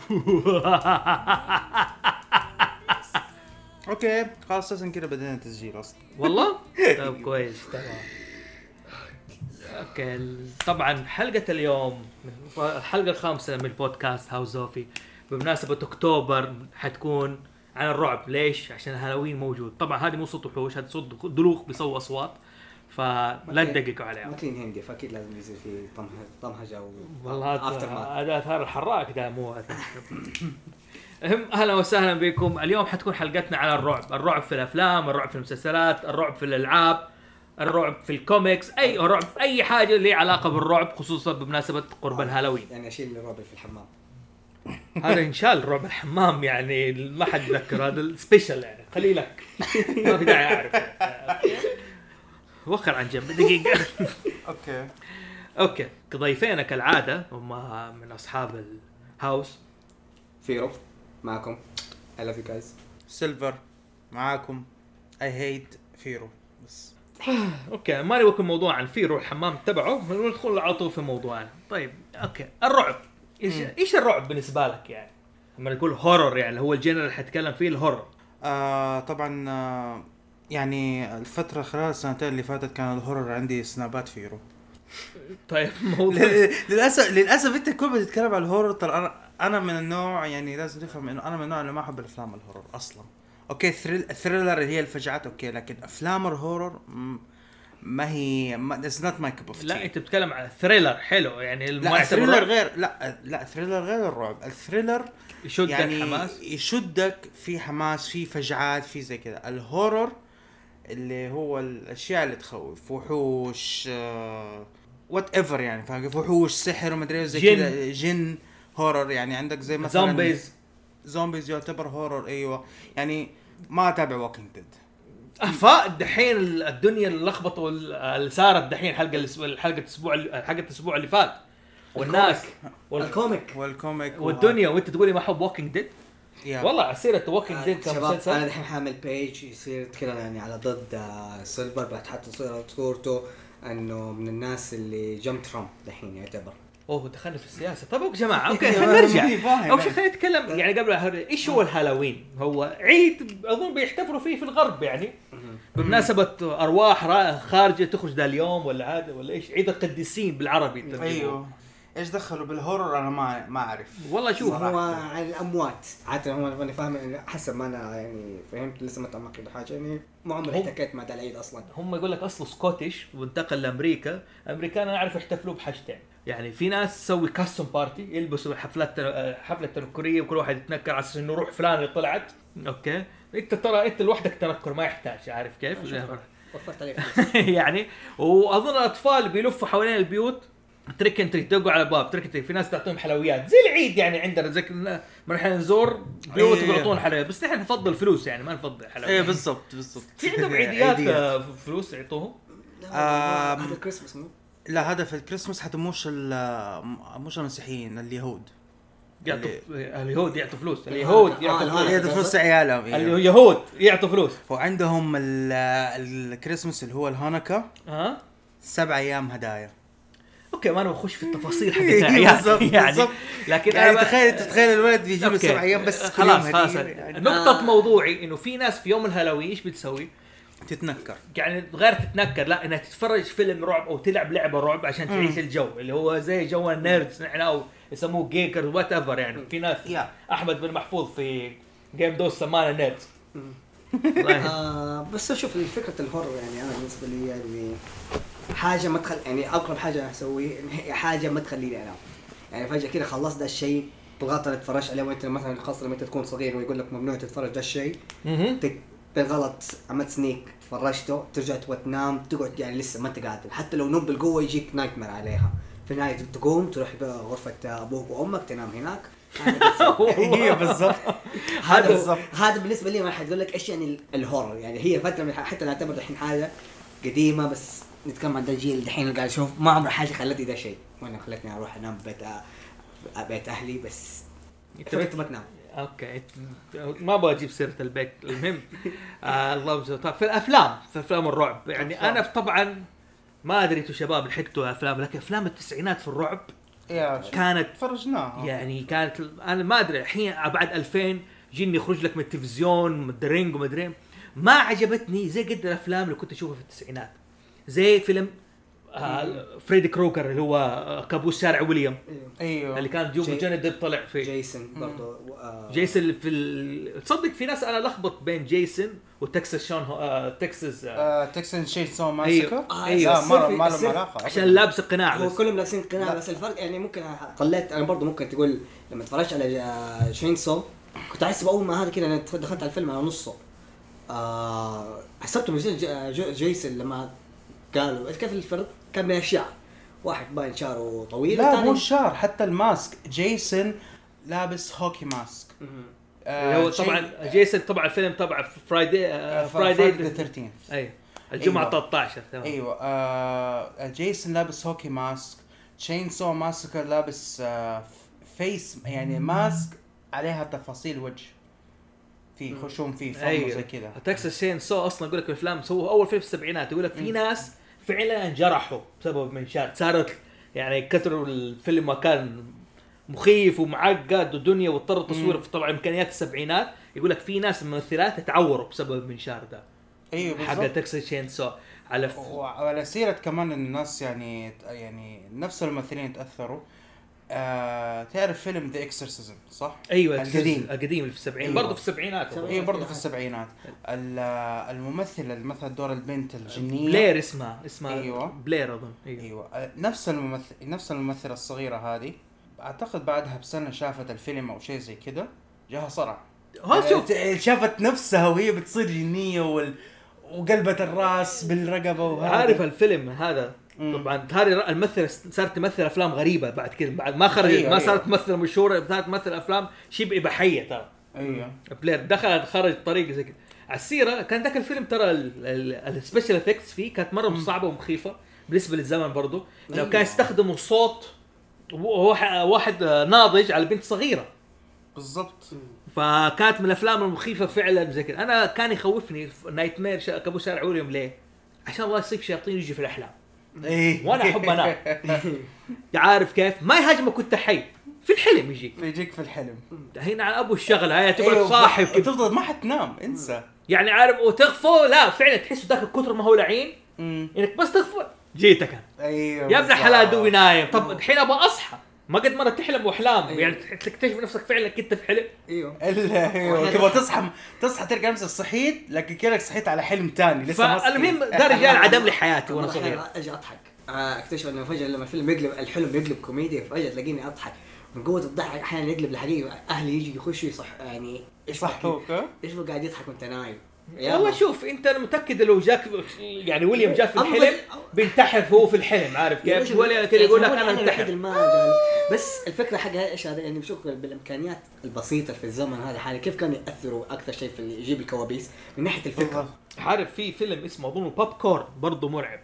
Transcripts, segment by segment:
اوكي خلاص اساسا كده بدينا تسجيل اصلا والله طيب كويس تمام. اوكي طبعا حلقة اليوم الحلقة الخامسة من البودكاست هاوس زوفي بمناسبة اكتوبر حتكون عن الرعب. ليش؟ عشان هالوين موجود. طبعا هذه مو صوت وحوش، هذا صوت دلوخ بيسوي اصوات، فلا تدققوا عليها. ماكلين هندي فاكيد لازم يصير في طمهجة والله هذا اثار الحراق ده مو هم. اهلا وسهلا بكم. اليوم حتكون حلقتنا على الرعب في الافلام، الرعب في المسلسلات، الرعب في الالعاب، الرعب في الكوميكس، اي رعب، اي حاجه اللي علاقه بالرعب، خصوصا بمناسبه قرب الهالوين. يعني اشيل الرعب في الحمام. هذا ان شاء الله رعب الحمام يعني ما حد يذكر، هذا السبيشال يعني خلي لك ما في داعي اعرف. وخر عن جنب دقيقه. اوكي ضيفينا كالعاده هم من اصحاب الهاوس. فيرو معكم. I love you guys. سيلفر معاكم. I hate فيرو بس. اوكي ما نبغى يكون موضوع عن فيرو الحمام تبعه، ندخل على طول في موضوعنا. طيب اوكي الرعب ايش الرعب بالنسبه لك يعني؟ لما نقول هورر يعني هو الجنر اللي حتكلم فيه الهورر. طبعا يعني الفترة خلال السنتين اللي فاتت كان الهورر عندي سنابات فيرو. طيب موضوع للأسف انت كل ما تتكلم عن الهورر ترى انا من النوع يعني لازم تفهم انه انا من النوع اللي ما احب الافلام الهورر اصلا. اوكي الثريلر اللي هي الفجعات اوكي، لكن افلام الهورر ما هي that's not my cup of tea. لا انت بتتكلم على ثريلر حلو يعني لا ثريلر غير. لا ثريلر غير الرعب. الثريلر يشدك يعني حماس، يشدك في حماس، في فجعات، في زي كذا. الهورر اللي هو الاشياء اللي تخوف، وحوش وات ايفر يعني، فاهم؟ وحوش، سحر وما ادري زي كذا، جن هورر يعني. عندك زي مثلا زومبيز يعتبر هورر. ايوه يعني ما اتابع ووكينج ديد. دحين الدنيا اللخبطه اللي صارت دحين حلقه الاسبوع اللي فات، والناس والكوميك والدنيا وانت تقولي ما احب ووكينج ديد. والله عسيرة ووكينج ديد كمسلسل. انا الحين حامل بيج يصير كذا يعني على ضد سيلفر، بتحط صورته انه من الناس اللي جم ترامب الحين يعتبر. دخلنا في السياسه. طب يا جماعه اوكي خلينا نرجع. اول شيء خلينا نتكلم يعني قبل ايش هو الهالوين. هو عيد اظن بيحتفلوا فيه في الغرب يعني بمناسبه ارواح خارجه تخرج ذا اليوم ولا هذا ولا ايش، عيد القديسين بالعربي. ايوه ايش دخلوا بالهورر انا ما اعرف والله. شوف هو عن الاموات عاده، هو انا فاهم حسب ما انا يعني فهمت، لسه ما تعمقت بحاجه يعني، ما عمري احتكيت مع ذا العيد اصلا. هم يقول لك اصله سكوتيش وانتقل لامريكا. امريكان انا اعرف يحتفلوا بحاجتين يعني، في ناس تسوي كاستم بارتي، يلبسوا حفله تنكريه وكل واحد يتنكر على اساس انه روح فلان اللي طلعت. اوكي انت ترى انت لوحدك تنكر ما يحتاج، عارف كيف وفرت عليه يعني. واظن الاطفال بيلفوا حوالين البيوت تريك انت يدقوا على باب تريك انت، في ناس تعطيهم حلويات زي العيد يعني. عندنا زي ما نحن نزور بيوت ويعطون حلويات، بس نحن نفضل فلوس يعني ما نفضل حلويات. بالضبط في عندهم عيديات فلوس يعطوهم. هذا الكريسماس مو لا، هذا في الكريسماس حتى مش المسيحيين، اليهود اليهود يعطوا فلوس. اليهود يعطوا فلوس عيالهم. اليهود يعطوا فلوس. وعندهم الكريسماس اللي هو الهانوكا 7 أيام هدايا. اوكي ما انا بخش في التفاصيل حق يعني لكن يعني تخيل الولد بيجي له 7 أيام بس خلاص يعني. نقطة موضوعي انه في ناس في يوم الهالوين ايش بتسوي؟ تتنكر يعني، غير تتنكر، لا انها تتفرج فيلم رعب او تلعب لعبة رعب عشان تعيش الجو اللي هو زي جو النيردز نحن او يسموه جيكر وات ايفر يعني. في ناس احمد بن محفوظ في جيم دوس سمانا نيردز. بس اشوف فكرة الهورر يعني انا بالنسبة لي يعني حاجة ما تخل يعني اقرب حاجة اسويه حاجة ما تخليني انام يعني. فجأة كده خلصت ده الشيء تبغى تتفرج عليه وانت مثلا خاصة لما انت تكون صغير ويقول لك ممنوع تتفرج ده الشيء بالغلط، عملت سنيك فرجته ترجع وتنام تقعد يعني لسه ما انت قادر، حتى لو نوم بالقوة يجيك نايتمر عليها في النهاية تقوم تروح غرفة ابوك وامك تنام هناك. هي بالضبط هذا بالنسبة لي ما حد يقول لك ايش يعني الهورر يعني. هي فترة حتى نعتبر الحين حاجة قديمة، بس نتكلم عن ده الجيل الحين قاعد اشوف ما عمر حاجة خلتني ده شيء، وانا خلتني اروح انام بيت اهلي بس انت ما تنام. اوكي ما ابغى اجيب سيره البيت. المهم اللهم صل في افلام الرعب يعني. انا طبعا ما ادري انتوا شباب لحقتوا افلام، لكن افلام التسعينات في الرعب كانت فرجناها يعني كانت انا ما ادري الحين بعد 2000 جيني يخرج لك من التلفزيون مدرينج ومدري ما عجبتني زي قد الافلام اللي كنت اشوفها في التسعينات زي فيلم فريدي كروكر اللي هو كابوس شارع ويليام ايوه اللي كان جوني ديب طلع فيه جيسون برضو جيسون تصدق في ناس انا لخبط بين جيسون وتكساس شون تكساس شين سو ماسكر ايوه ما له علاقه عشان لابس القناع هو كلهم لابسين قناع بس الفرق يعني ممكن قلت انا برضو ممكن تقول لما اتفرجت على شين سو كنت احسب اول ما هذا كده انا دخلت على الفيلم على نصه حسبته مثل جيسون لما قالوا كيف الفرق كان بين اشياء واحد باين شعره طويل لا مو الشعر حتى الماسك جيسون لابس هوكي ماسك هو طبعا جيسون طبعا الفيلم طبعا فرايداي ذا 13 اي الجمعه 13 تمام ايوه جيسون لابس هوكي ماسك تشين سو ماسكر لابس فيس يعني ماسك عليها تفاصيل وجه في خشوم في فم زي كذا تكساس شين سو اصلا يقول لك الافلام سووا اول فيلم في السبعينات يقول لك في ناس فعلا جرحوا بسبب منشار صارت يعني كثروا الفيلم ما كان مخيف ومعقد ودنيا واضطر تصويره في طبعا امكانيات السبعينات يقول لك في ناس ممثلات تعوروا بسبب المنشار ده ايوه حق تكساس شين سو على سيرة كمان الناس يعني نفس الممثلين تأثروا تعرف فيلم ذا اكسورسيزم صح؟ ايوه القديم اللي في السبعين أيوة. برضه في السبعينات ايوه برضه في السبعينات الممثل اللي مثل دور البنت الجنية بلير اسمها أيوة. بلير اظن ايوه نفس الممثلة الصغيرة هذه اعتقد بعدها بسنة شافت الفيلم او شيء زي كده جاها صرع شافت نفسها وهي بتصير جنية وقلبت الراس بالرقبة وهذا عارف الفيلم هذا طبعا هذه الممثلة صارت تمثل افلام غريبة بعد كده بعد ما خرجت أيوة ما صارت تمثل مشهورة صارت تمثل افلام شبه اباحية ترى ايوه بلير خرج طريق زي كده على السيرة كان ذاك الفيلم ترى السبيشال افكتس فيه كانت مرة صعبة ومخيفة بالنسبة للزمن برضو لو كان يستخدموا صوت واحد ناضج على بنت صغيرة بالضبط فكانت من الافلام المخيفة فعلا زي كده انا كان يخوفني نايت مير كابوس شارع ويليام ليه عشان الله يصيب شياطين يجي في الاحلام ايه وانا احب انام عارف كيف ما يهاجمك كنت حي في الحلم يجيك في الحلم هنا على ابو الشغله هاي تبقى صاحب كيف تفضل ما حتنام انسى يعني عارف وتغفو لا فعلا تحس ذاك الكثر ما هو لعين انك بس تغفو جيتك ايوه يا ابن حلال دوي نايم طب الحين ابغى اصحى ما قد مره تحلم واحلام يعني تكتشف نفسك فعلا كنت في حلم ايوه تبغى تصحى تلقى نفسك صحيت لكن كأنك صحيت على حلم تاني لسه ما المهم ده رجال عدم لي حياتي وانا صغير اجي اضحك اكتشف انه فجاه لما الفيلم الحلم يقلب كوميديا فجاه تلاقيني اضحك من قوه الضحك احيانا يقلب لحقيقه اهلي يجي يخشوا يصح يعني يصحوك ايش هو قاعد يضحك وانت نايم والله شوف انت متاكد لو جاك يعني ويليام جاء في الحلم بينتحر هو في الحلم عارف كيف ولا كده يقول لك انا انتحر بس الفكره حقها ايش هذا يعني بشوف بالامكانيات البسيطه في الزمن هذا حالي كيف كانوا ياثروا اكثر شيء في يجيب الكوابيس من ناحيه الفكره عارف في فيلم اسمه اظن بوب كورن برضه مرعب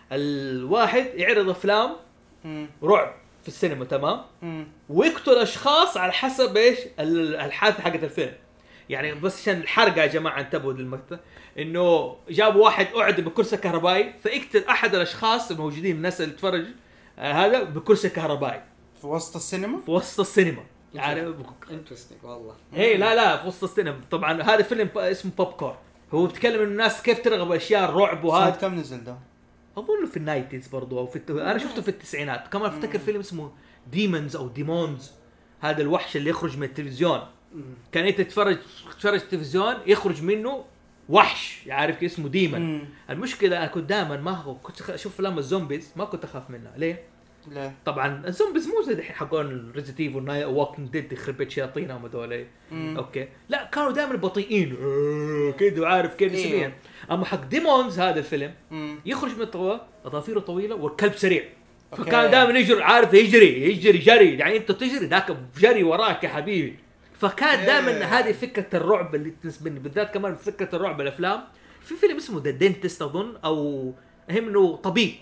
الواحد يعرض افلام رعب في السينما تمام ويقتل اشخاص على حسب ايش الحادثه حقت الفيلم يعني بس عشان الحرقه يا جماعه انتبهوا للمقطع انه جابوا واحد قعد بكرسي كهربائي فيقتل احد الاشخاص الموجودين الناس اللي تتفرج هذا بكرسي كهربائي في وسط السينما يعني انترستينج والله ايه لا في وسط السينما طبعا هذا فيلم اسمه بوب كورن هو بيتكلم عن الناس كيف ترغب اشياء الرعب وهذا كم نزل ده اظن في النايتيز برضو او انا شفته في التسعينات كمان افتكر فيلم اسمه ديمونز او ديمونز هذا الوحش اللي يخرج من التلفزيون كان انت تتفرج التلفزيون يخرج منه وحش يعرف كيف اسمه ديمون المشكله انا كنت دائما كنت اشوف افلام الزومبيز ما كنت اخاف منها ليه طبعا الزومبيز مو زي الحين حقون ريزيدنت ايفل نايت ووكينج ديد يخرب بيت شياطينهم هذول اوكي لا كانوا دائما بطيئين كده وعارف كيف يسويها اما حق ديمونز هذا الفيلم يخرج من الطوال اظافيره طويله والكلب سريع فكان دائما يجري عارف يجري جري يعني انت تجري ذاك جري وراك يا حبيبي فكان دائما هذه فكره الرعب اللي تنسبني بالذات كمان فكره الرعب الافلام في فيلم اسمه ذا دينتست اظن او انه طبيب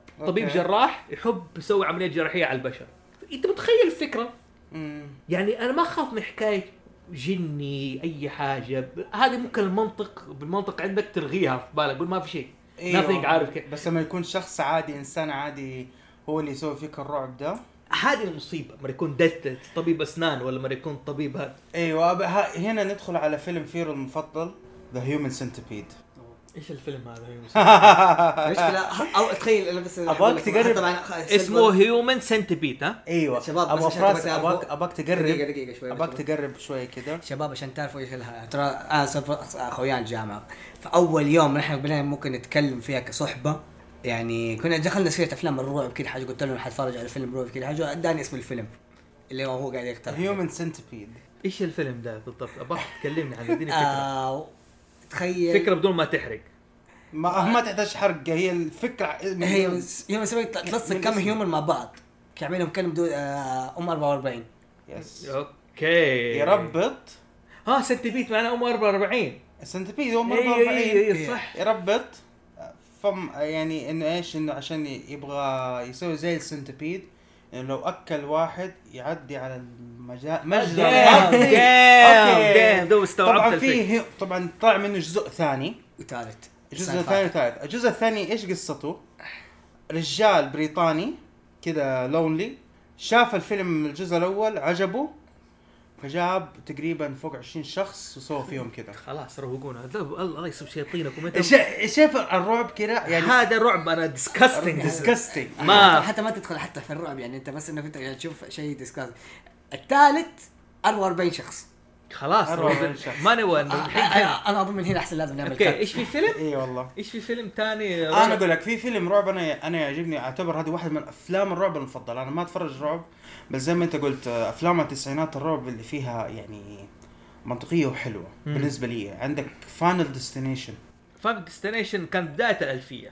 جراح يحب يسوي عمليه جراحيه على البشر انت متخيل الفكره يعني انا ما اخاف من حكايه جني اي حاجه هذه ممكن بالمنطق عندك تلغيها في بالك قول ما في شيء nothing عارف كيف بس لما يكون شخص عادي انسان عادي هو اللي يسوي فيك الرعب ده هذه المصيبه، ما يكون دث طبيب اسنان ولا ما يكون طبيب هذا. ايوه هنا ندخل على فيلم فيرو المفضل ذا هيومن سنتبيد. ايش الفيلم هذا؟ مشكلة او تخيل انا بس ابغاك تقرب. طبعا اسمه هيومن سنتبيد. ها ايوه شباب ابغى فراس ابغاك تقرب دقيقة شوي ابغاك تقرب شوي كده شباب عشان تعرفوا ايش ترى انا صرت اخويا الجامعة، فاول يوم نحن قلنا ممكن نتكلم فيها كصحبة، يعني كنا دخلنا سيرة افلام الرعب كل حاجة، قلت له حتفرج على فيلم رعب كل حاجة، اداني اسم الفيلم اللي هو قاعد يقترح هيومن سنتبيد. ايش الفيلم ده بالضبط؟ ابغاك تكلمني عنه، اديني فكره. تخيل فكره بدون ما تحرق. ما تحتاج حرق، هي الفكرة هي يوم سوي تلصق كم هيومن مع بعض كعملهم كلهم بدون 44. يس اوكي يربط. سنتبيت معناه 44. سنتبيد 44 اي صح. يربط فم يعني انه ايش، انه عشان يبغى يسوي زي السنتبيد، انه لو اكل واحد يعدي على مجرى اوكي دو استوعبت. طبعا فيه طبعا طلع منه جزء ثاني وثالث. الجزء الثاني ايش قصته؟ رجال بريطاني كذا لونلي شاف الفيلم الجزء الاول عجبه، فجاب تقريبا فوق 20 شخص وسووا فيهم كذا. خلاص روقونا. الله يسوي شياطينكم انت. شايف الرعب كذا يعني هذا رعب. انا ديسكاستنج ما حتى ما تدخل حتى في الرعب، يعني انت بس انك انت تشوف شيء ديسكاست. الثالث 44 شخص خلاص ما نبغى انا اظن من هنا احسن لازم نعمل اوكي. ايش في فيلم؟ اي والله ايش في فيلم ثاني؟ انا اقول لك في فيلم رعب انا يعجبني، اعتبر هذه واحده من افلام الرعب المفضله. انا ما اتفرج رعب بس زي ما انت قلت افلام التسعينات الرعب اللي فيها يعني منطقيه وحلوه بالنسبه لي. عندك فاينل ديستنيشن كان بدايه الالفيه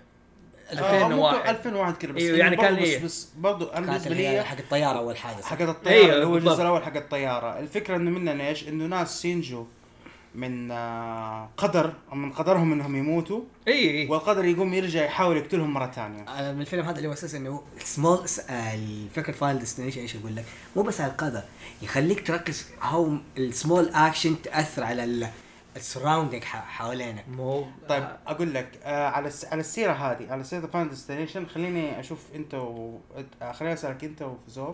2001 كده بس يعني كان بس برضو انا بالنسبه لي حق الطياره اول حاجه حق الطياره اللي هو الجزء الاول حق الطياره. الفكره انه مننا ايش، انه ناس ينجوا من قدرهم انهم يموتوا، والقدر يقوم يرجع يحاول يقتلهم مره ثانيه. انا من الفيلم هذا اللي هو اساسا انه سمول الفكره فاينل ديستنيشن ايش يقول لك، مو بس على القدر، يخليك تركز هاو السمول اكشن تاثر على السراوندينج حوالينك. طيب اقول لك على السيره هذه، على سيره فاينل ديستنيشن، خليني اشوف انت خليني اسالك انت وفزوف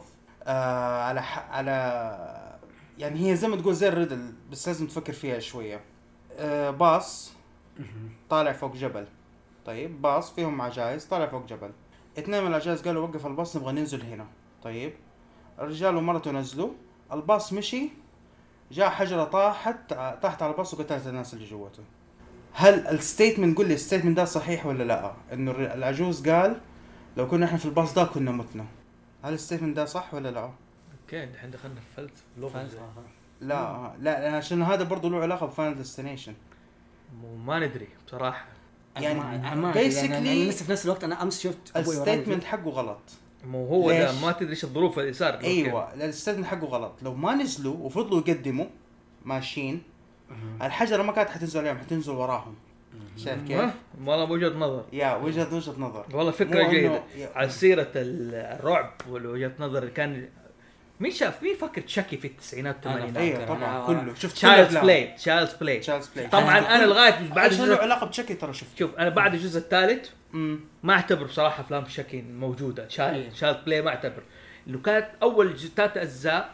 على يعني هي زي ما تقول زي الريدل بس لازم تفكر فيها شويه. باص طالع فوق جبل، طيب باص فيهم عجائز طالع فوق جبل، 2 من العجائز قالوا وقف الباص نبغى ننزل هنا. طيب الرجال ومرته نزلوا، الباص مشي، جاء حجرة طاحت على الباص وقتلت الناس اللي جواته. هل الستيتمنت، قول لي الستيتمنت ده صحيح ولا لا؟ انه العجوز قال لو كنا احنا في الباص ده كنا متنا. هل الستيتمنت ده صح ولا لا؟ اوكي الحين دخلنا في فلسفه لا عشان هذا برضو له علاقه بفاينل ديستنيشن. ما ندري بصراحه يعني بيسكلي لسه في نفس الوقت انا امس شفت الستيتمنت حقه غلط. مو هو ده ما تدري ايش الظروف اللي صار. ايوه الستيتمنت حقه غلط. لو ما نزلوا وفضلوا يقدموا ماشيين الحجره ما كانت حتنزل عليهم، حتنزل وراهم. شايف كيف؟ والله وجهة نظر. وجهة نظر والله فكرة جيدة. على سيرة الرعب والوجهة نظر كان مين فكر تشاكي في التسعينات والثمانينات. ايوه طبعا كله شفت تشايلدز بلاي طبعا انا لغايه بعد له علاقه بتشاكي ترى. شوف انا بعد الجزء الثالث ما اعتبر بصراحه افلام تشاكي موجوده. تشايلدز بلاي ما اعتبر انه كانت اول 3 اجزاء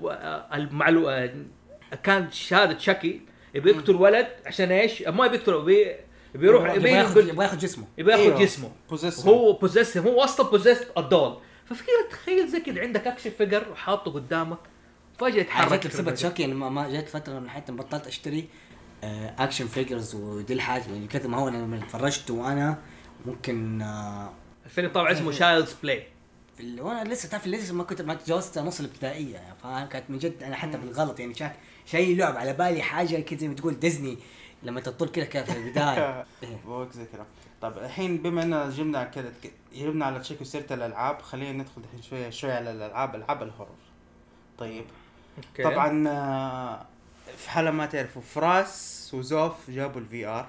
كان شهاده تشاكي يبي يقتل ولد عشان ايش؟ ما بيقتله بيروح يبغى ياخذ جسمه هو بوزيسيف، هو اصلا بوزيسيف الدول. ففكرة تخيل زي كده عندك اكشن فيجر وحاطه قدامك فجأة يتحرك. بسبب شاكي انا ما جات فتره من حتى بطلت اشتري اكشن فيجرز ودي الحاجه يعني كذا. ما هو انا لما اتفرجت وانا ممكن الفيلم طبعا اسمه تشايلدز بلاي، وانا لسه تعرف لسه ما كنت ما تجاوزت نص الابتدائيه يعني. فكانت من جد انا حتى بالغلط يعني شيء لعب على بالي حاجه كذا زي ما تقول ديزني لما تطول كده في البدايه. زي كده. طب الحين بما ان جبنا على تشيك وسيرة الالعاب، خلينا ندخل الحين شويه على الالعاب الهورر. طيب طبعا في حاله ما تعرفوا فراس وزوف جابوا الفي ار،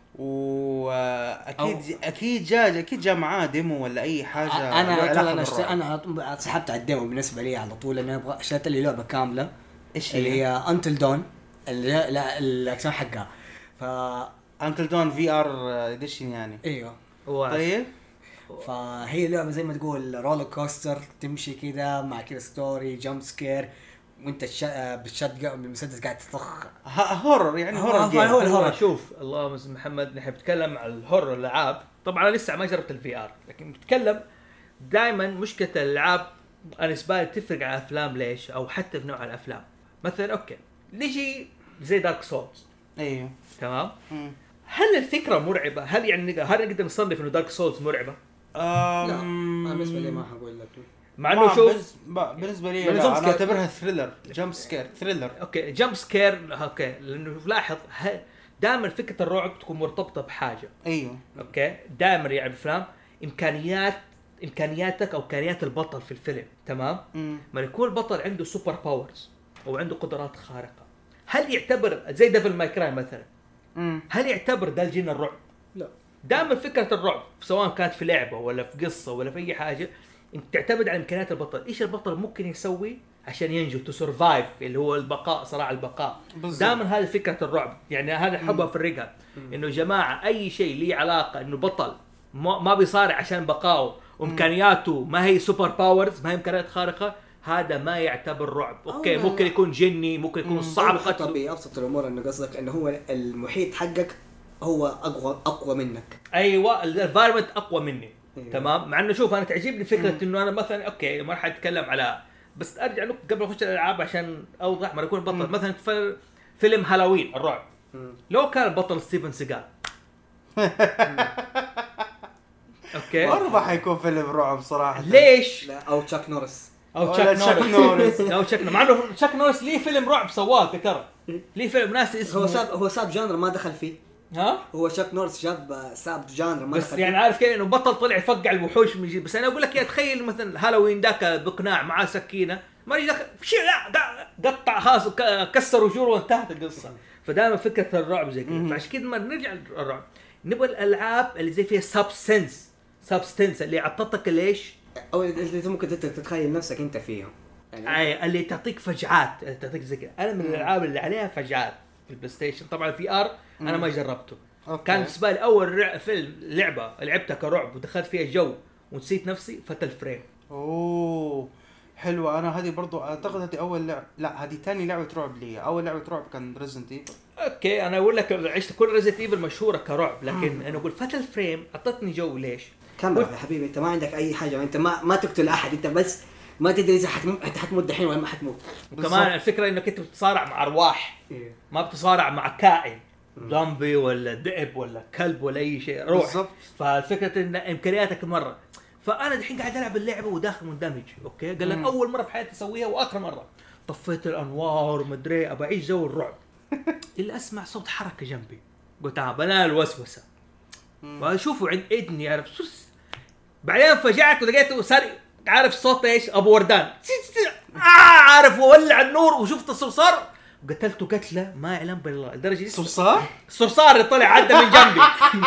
واكيد جاء معاه ديمو ولا اي حاجه. انا سحبت على الديمو بالنسبه لي على طول. انا ابغى اشتريت لي لعبه كامله ايش اللي هي انتل دون الاكسون حقها. انتل دون في ار اديشن يعني. ايوه طيب فهي لعبه زي ما تقول رولر كوستر، تمشي كده مع كده ستوري جامب سكير، وانت بالشتقة بالمسدس قاعد تطخ. هورر يعني هورر جيم. هو الهورر. شوف اللهم صل محمد، نحن بنتكلم عن الهورر الالعاب. طبعا انا لسه ما جربت الفي ار، لكن بتكلم دائما مشكله الالعاب انا بالنسبه لي تفرق عن الافلام. ليش؟ او حتى في نوع الافلام. مثلا اوكي نجي زي دارك سولز. ايوه تمام. هل الفكره مرعبه؟ هل نقدر نصنف انه دارك سولز مرعبه؟ لا انا بالنسبه لي ما حقول لك. مع انه شوف بالنسبه لي لا انا اعتبرها ثريلر، جامب سكير ثريلر. اوكي جامب سكير اوكي، لانه لاحظ دائما فكره الرعب تكون مرتبطه بحاجه. ايوه اوكي دائما يعني الافلام امكانياتك او امكانيات البطل في الفيلم. تمام. ما يكون البطل عنده سوبر باورز او عنده قدرات خارقه، هل يعتبر زي ديفل ماي كراي مثلا؟ هل يعتبر ده الجن الرعب؟ لا. دائما فكره الرعب سواء كانت في لعبه ولا في قصه ولا في اي حاجه انت تعتمد على امكانيات البطل. ايش البطل ممكن يسوي عشان ينجو، تو سرفايف، اللي هو البقاء، صراع البقاء. دائما هذه فكره الرعب. يعني هذا حبها في الرقه، انه يا جماعه اي شيء ليه علاقه انه بطل ما بيصارع عشان بقائه وامكانياته ما هي سوبر باورز، ما هي امكانيات خارقه، هذا ما يعتبر رعب. اوكي ممكن يكون جني، ممكن يكون صعب قتله. بأبسط الامور انه قصدك انه هو المحيط حقك هو اقوى منك. ايوه الانفايرمنت اقوى مني. تمام. مع انه شوف انا تعجبني فكره انه انا مثلا اوكي ما راح اتكلم على، بس ارجع لك قبل اخش الالعاب عشان اوضح. ما يكون البطل مثلا في فيلم هالوين الرعب، لو كان البطل ستيفن سيغال اوكي ما حيكون فيلم رعب صراحه. ليش؟ لا او تشاك نورس او تشاك نورس او تشاك، مع انه تشاك نورس ليه فيلم رعب سواه ترى، ليه فيلم ناس اسمه هو ساب جانر ما دخل فيه. ها هو تشاك نورس ساب جانر ما بس دخل يعني فيه. عارف كيف انه بطل طلع يفقع الوحوش من جيب. بس انا اقول لك يا تخيل مثلا هالوين ذاك بقناع معاه سكينه ما يجي شيء قطع خلاص كسر وجوره وانتهت القصه. فدائما فكره الرعب زي كذا. فعشان كذا ما نرجع للرعب، نبغى الالعاب اللي زي فيها سبستنس اللي عطتك ليش، او اللي ممكن تتخيل نفسك انت فيها يعني اللي تعطيك فجعات، تعطيك زي كذا. انا من الالعاب اللي عليها فجعات في البلاي ستيشن. طبعا في ار انا ما جربته. كان بالنسبه لي اول فيلم لعبه لعبتها كرعب ودخلت فيها جو ونسيت نفسي فتل فريم. اوه حلوه. انا هذه برضو اعتقد هذه اول لعبه، لا هذه ثاني لعبه رعب لي. اول لعبه رعب كان ريزنت ايفل. اوكي انا اقول لك عشت كل ريزنت ايفل مشهوره كرعب، لكن انا اقول فتل فريم اعطتني جو. ليش؟ كمل يا حبيبي، انت ما عندك اي حاجه، انت ما تقتل احد، انت بس ما تدري اذا انت حتموت دحين ولا ما حتموت. وكمان الفكره انك انت بتصارع مع ارواح، ما بتصارع مع كائن زومبي ولا ذئب ولا كلب ولا اي شيء روح بالزبط. فالفكره ان امكانياتك مره. فانا الحين قاعد العب اللعبه وداخل مندمج. اوكي قال لك اول مره في حياتي اسويها واخر مره طفيت الانوار ومدري ابى اعيش جو الرعب. اللي اسمع صوت حركه جنبي قلت بنا الوسوسه واشوفه عند اذني عارف. بعدين فجعت ولقيته صار عارف صوت ايش ابو وردان عارف وولع النور وشفت الصرصار قتلته قتله ما يعلم بالله لدرجه الصرصار اللي طلع عدى من جنبي.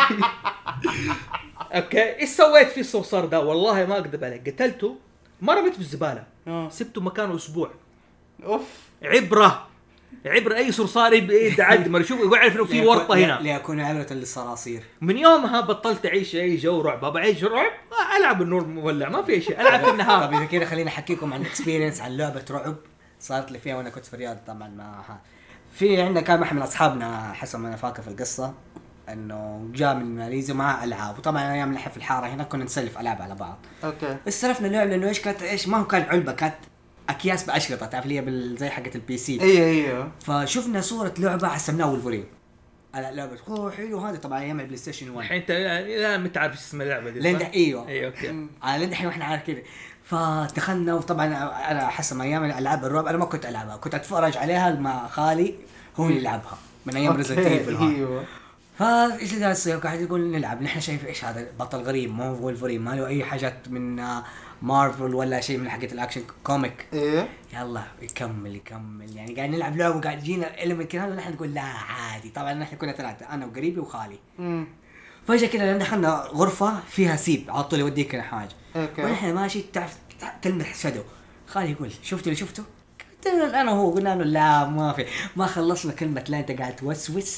اوكي ايش سويت في الصرصار ده؟ والله ما اكذب عليك قتلته ما رميته في الزباله سبته مكانه اسبوع. اوف عبره اي صرصار يعدي ما يشوف يعرف انه في ورطه هنا ليكون عبره للصراصير. من يومها بطلت اعيش اي جو رعب. ابى اعيش رعب العب النور مولع ما في شيء العب في النهار. طيب اذا كذا خليني احكيكم عن اكسبيرينس عن لعبه رعب صارت لي فيها وانا كنت في الرياض. طبعا ما في عندنا كان واحد من اصحابنا حسب ما انا فاكر في القصه انه جاء من ماليزيا معاه العاب، وطبعا ايام نحن في الحاره هنا كنا نسلف العاب على بعض. اوكي استلفنا لعبه لانه ايش كانت ايش ما هو كان علبه، كانت اكياس باشرطه تعرف لي زي حقه البي سي. ايوه فشفنا صوره لعبه حسبناها وولفرين على لعبه حلو هذه طبعا ايام البلاي ستيشن 1. الحين انت لا ما تعرف اسم اللعبه دي لين ايوه اوكي على الحين واحنا عارف كذا. فدخلنا وطبعا انا حسب ايام الالعاب الرعب انا ما كنت العبها، كنت اتفرج عليها مع خالي هو اللي يلعبها من ايام ريزنت ايفل. ايوه فايش اللي قاعد قاعد يقول نلعب نحن شايف ايش هذا بطل غريب مو وولفرين ما له اي حاجات من مارفل ولا شيء من حقت الاكشن كوميك. ايه يلا يكمل يعني قاعد نلعب لعبه وقاعد يجينا إلمنت كذا ونحن نقول لا عادي. طبعا نحن كنا ثلاثه انا وقريبي وخالي. فجاه كذا دخلنا غرفه فيها سيب على طول يوديك لنا حاجه. ونحن ماشي تعرف تلمح شادو. خالي يقول شفتوا اللي شفته؟ قلت له انا هو قلنا له لا ما في. ما خلصنا كلمه لا انت قاعد توسوس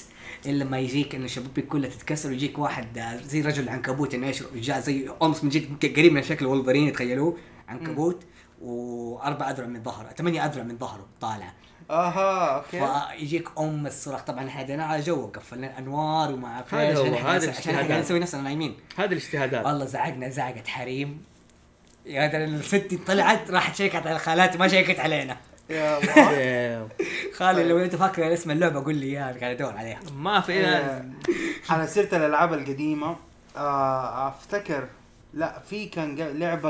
الا لما يجيك انه شبابك كلها تتكسر ويجيك واحد زي رجل العنكبوت انه ايش جاء زي امس من جد قريب من شكل وولفرين تخيلوه عنكبوت واربع اذرع من ظهره 8 اذرع من ظهره طالع اوكي فيجيك الصراخ. طبعا هذا على جو قفلنا الانوار ومع هذا هو هذا عشان قاعدين نسوي نفسنا نايمين. هذه الاجتهادات والله زعقة حريم يا هذا الست طلعت راحت شيكت على خالاتي ما شيكت علينا. يا الله خالي لو انت فاكر اسم اللعبه قول لي اياها قاعد ادور عليها. ما في على سيرة الالعاب القديمه افتكر لا في كان لعبه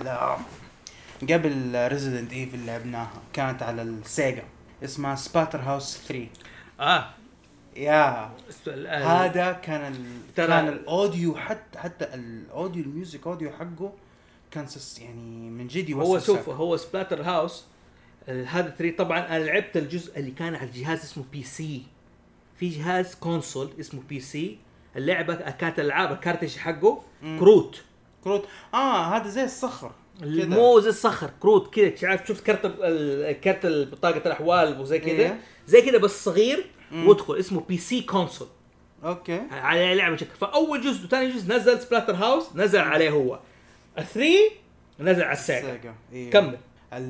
قبل ريزيدنت ايفل لعبناها كانت على السيجا اسمها سباتر هاوس 3 يا هذا كان الاوديو حتى الاوديو الميوزك اوديو حقه كان يعني من جد هو شوف هو سبلاتر هاوس هذا 3 طبعا انا لعبت الجزء اللي كان على الجهاز اسمه بي سي. في جهاز كونسول اسمه بي سي اللعبه كانت العاب الكارتج حقه كروت هذا زي الصخر مو زي الصخر كروت كذا تعرف شفت كارت بطاقه الاحوال وزي كذا زي كذا بس صغير وادخل اسمه بي سي كونسول اوكي على لعبه شكل. فاول جزء وثاني جزء نزل سبلاتر هاوس نزل عليه هو 3 نزل على السيجا كمل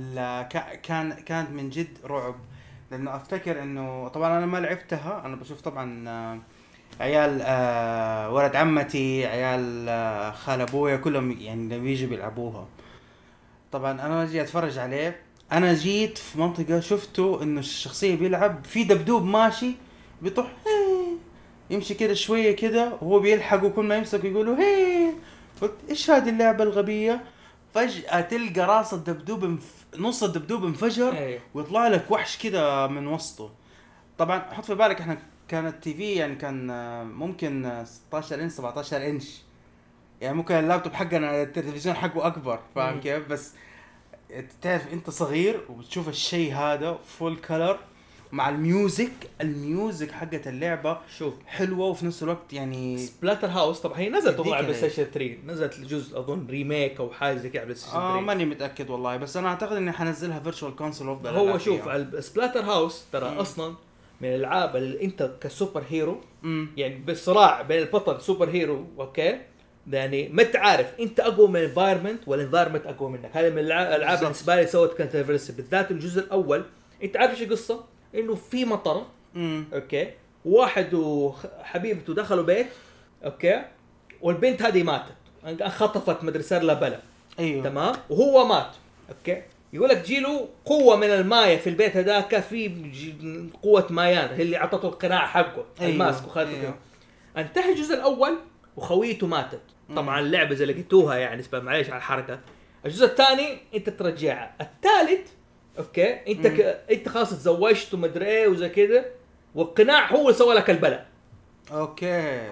كانت من جد رعب لانه افتكر انه طبعا انا ما لعبتها انا بشوف طبعا عيال ولد عمتي عيال خال ابويا كلهم يعني بيجوا بيلعبوها. طبعا انا جيت اتفرج عليه انا جيت في منطقه شفته انه الشخصيه بيلعب في دبدوب ماشي بيطح يمشي كده شويه كده وهو بيلحقه كل ما يمسك يقولوا هي قلت ايش هذه اللعبه الغبيه. فجاه تلقى راس الدبدوب نص الدبدوب انفجر ويطلع لك وحش كده من وسطه. طبعا حط في بالك احنا كانت تي في يعني كان ممكن 16 انش 17 انش يعني ممكن اللابتوب حقنا التلفزيون حقه اكبر فاهم كيف بس تعرف انت صغير وبتشوف الشيء هذا فول كلر مع الميوزك حقت اللعبه شوف حلوه وفي نفس الوقت يعني سبلاتر هاوس طبعا هي نزلت طبعا على بلاي ستيشن 3 نزلت الجزء اظن ريميك او حاجه زي كذا على بلاي ستيشن 3 ماني متاكد والله بس انا اعتقد اني حنزلها فيرتشوال كونسول افضل. هو شوف سبلاتر هاوس ترى اصلا من الالعاب اللي انت كسوبر هيرو يعني بالصراع بين البطل سوبر هيرو اوكي يعني ما تعرف انت اقوى من الانفايرمنت ولا الانفايرمنت اقوى منك. هذا من الالعاب بالنسبه لي سوت كونتروفيرسي بالذات الجزء الاول. انت عارف ايش القصه انه في مطره اوكي واحد وحبيبته دخلوا بيت اوكي والبنت هذه ماتت خطفت مدري صار لها بلا تمام وهو مات اوكي يقول لك جيله قوه من المايه في البيت هذاك في قوه مايان هي اللي اعطته القناع حقه الماسك وخذته انتهى الجزء الاول وخويته ماتت. طبعا اللعبه زي لقيتوها يعني اسمع معليش على الحركه. الجزء الثاني انت ترجعها. الثالث اوكي انت خلاص تزوجت ومدري ايه وزي كده والقناع هو اللي سوى لك البلاء اوكي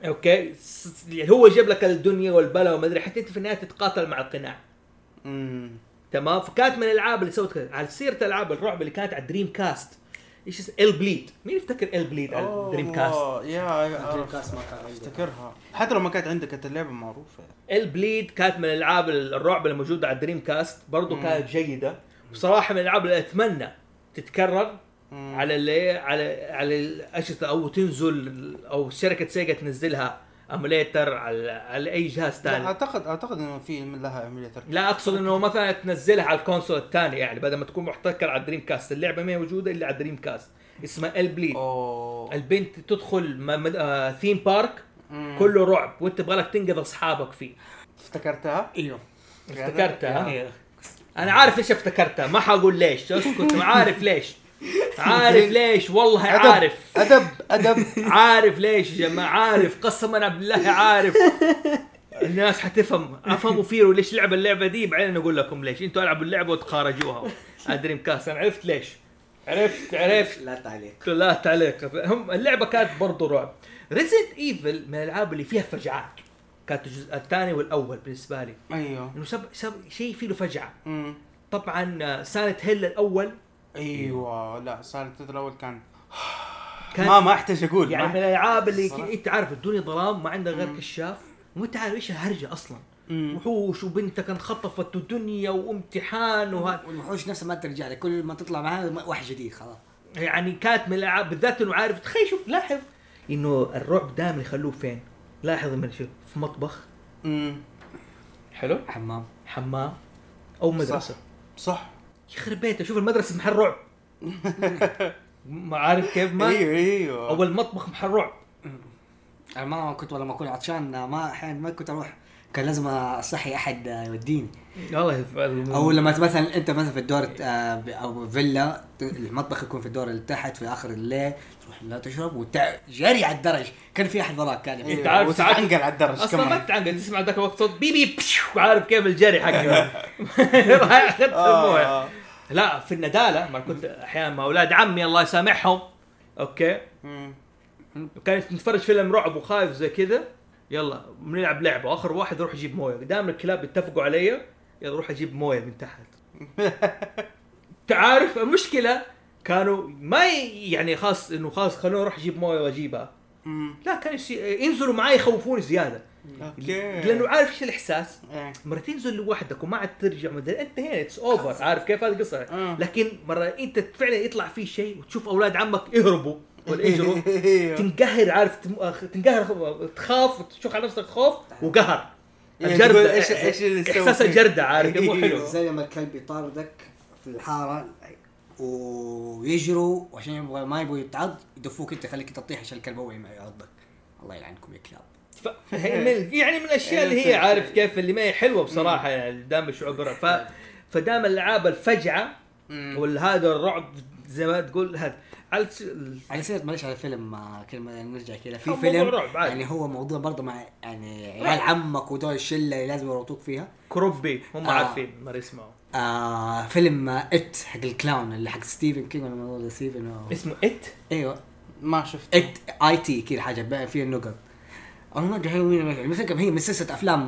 يعني هو جاب لك الدنيا والبلاء ومدري حتى انت في النهايه تتقاتل مع القناع تمام. فكانت من الالعاب اللي سوت كده. على سيره العاب الرعب اللي كانت على دريم كاست ايش اسمه ال بليد. مين يفتكر ال بليد على دريم كاست؟ دريم كاست ما كان افتكرها حتى لو ما كانت عندك كانت اللعبه معروفه. ال بليد كانت من الالعاب الرعب الموجوده على دريم كاست برضو كانت جيده بصراحه. من الالعاب اللي اتمنى تتكرر على اللي على الاشرطه او تنزل او شركه سيجا تنزلها اموليتر على اي جهاز ثاني. اعتقد انه في من لها اموليتر. لا اقصد انه مثلا تنزلها على الكونسول الثاني يعني بدل ما تكون محتكر على دريم كاست. اللعبه ما موجوده الا على دريم كاست اسمها ال بليد. البنت تدخل ثيم بارك كله رعب وانت تبغى لك تنقذ اصحابك فيه. افتكرتها افتكرتها انا عارف ليش افتكرتها ما حقول ليش اسكت عارف ليش والله عارف ادب عارف ليش يا جماعه عارف قسما بالله عارف. الناس حتفهم افهموا فيه ليش لعب اللعبه دي بعدين اقول لكم ليش انتوا العبوا اللعبه وتخارجوها دريم كاست. انا عرفت ليش عرفت لا تعليق. هم اللعبه كانت برضو رعب. ريزيدنت ايفل من الالعاب اللي فيها فجعات كانت الجزء الثاني والاول بالنسبه لي انه سب شيء فيه له فجعه. طبعا سايلنت هيل الاول لا سايلنت هيل الاول كان ما احتاج اقول يعني من الالعاب اللي انت عارف الدنيا ظلام ما عندك غير كشاف وانت عارف ايش الهرجه اصلا وحوش وبنتك انخطفت والدنيا وامتحان والوحوش نفسها ما ترجع لك كل ما تطلع معها وحش جديد خلاص. يعني كانت من الالعاب بالذات انه عارف تخيل شوف لاحظ انه الرعب دائما يخلوه فين؟ لاحظ من شو في مطبخ حلو، حمام او مدرسه. صح يخرب بيته، شوف المدرسه محل رعب. ما عارف كيف ما ايوه او المطبخ محل رعب. انا ما كنت ولا ما اكون عطشان ما احيانا ما كنت اروح، كان لازم اصحي احد يوديني. والله او لما مثلا انت مثلا في الدور او فيلا المطبخ يكون في الدور اللي تحت في اخر الليل، تروح لا تشرب وجري على الدرج، كان في احد وراك كان انت عارف ساعات تنقل على الدرج اصلا ما تعنقل، تسمع ذاك الوقت صوت بيبي وعارف كيف الجري حقه. رايح اخذت المويه. لا في الندالة ما كنت احيانا مع اولاد عمي الله يسامحهم، اوكي كانت نتفرج فيلم رعب وخايف زي كذا، يلا بنلعب لعبه واخر واحد يروح يجيب مويه، دائما الكلاب يتفقوا علي يلا روح اجيب مويه من تحت. تعرف المشكله كانوا ما يعني خاص انه خلاص خلوني اروح اجيب مويه واجيبها، لا كانوا ينزلوا معي يخوفوني زياده. لانه عارف ايش الاحساس؟ مره تنزل لوحدك وما عاد ترجع مثلا انت هنا اتس اوفر، عارف كيف هذه القصه. لكن مره انت فعلا يطلع فيه شيء وتشوف اولاد عمك يهربوا ولا يجروا تنقهر، عارف تنقهر، تخاف وتشوف على نفسك خوف وقهر. الجردة احساس الجردة، عارف مو حلو. زي لما الكلب يطاردك في الحاره ويجروا وعشان ما يبغوا يتعض يدفوك انت، خليك تطيح عشان الكلب هو يعضك. الله يلعنكم يا كلاب. يعني من الاشياء اللي هي عارف كيف اللي ما هي حلوه بصراحه، يعني دام الشعور فدام الالعاب الفجعه والهذا الرعب زي ما تقول هذا على سيرة معلش على فيلم كلمة نرجع كده في فيلم يعني هو موضوع برضه مع يعني عيال عمك ودول الشلة لازم يربطوك فيها كروبي هم عارفين ما يسمعوا. فيلم ات حق الكلاون اللي حق ستيفن كينج ولا موضوع ستيفن اسمه ات. ايوه ما شفت ات اي تي كذا حاجة فيها النقط. أنا ما أدري المفكر هي من سلسلة أفلام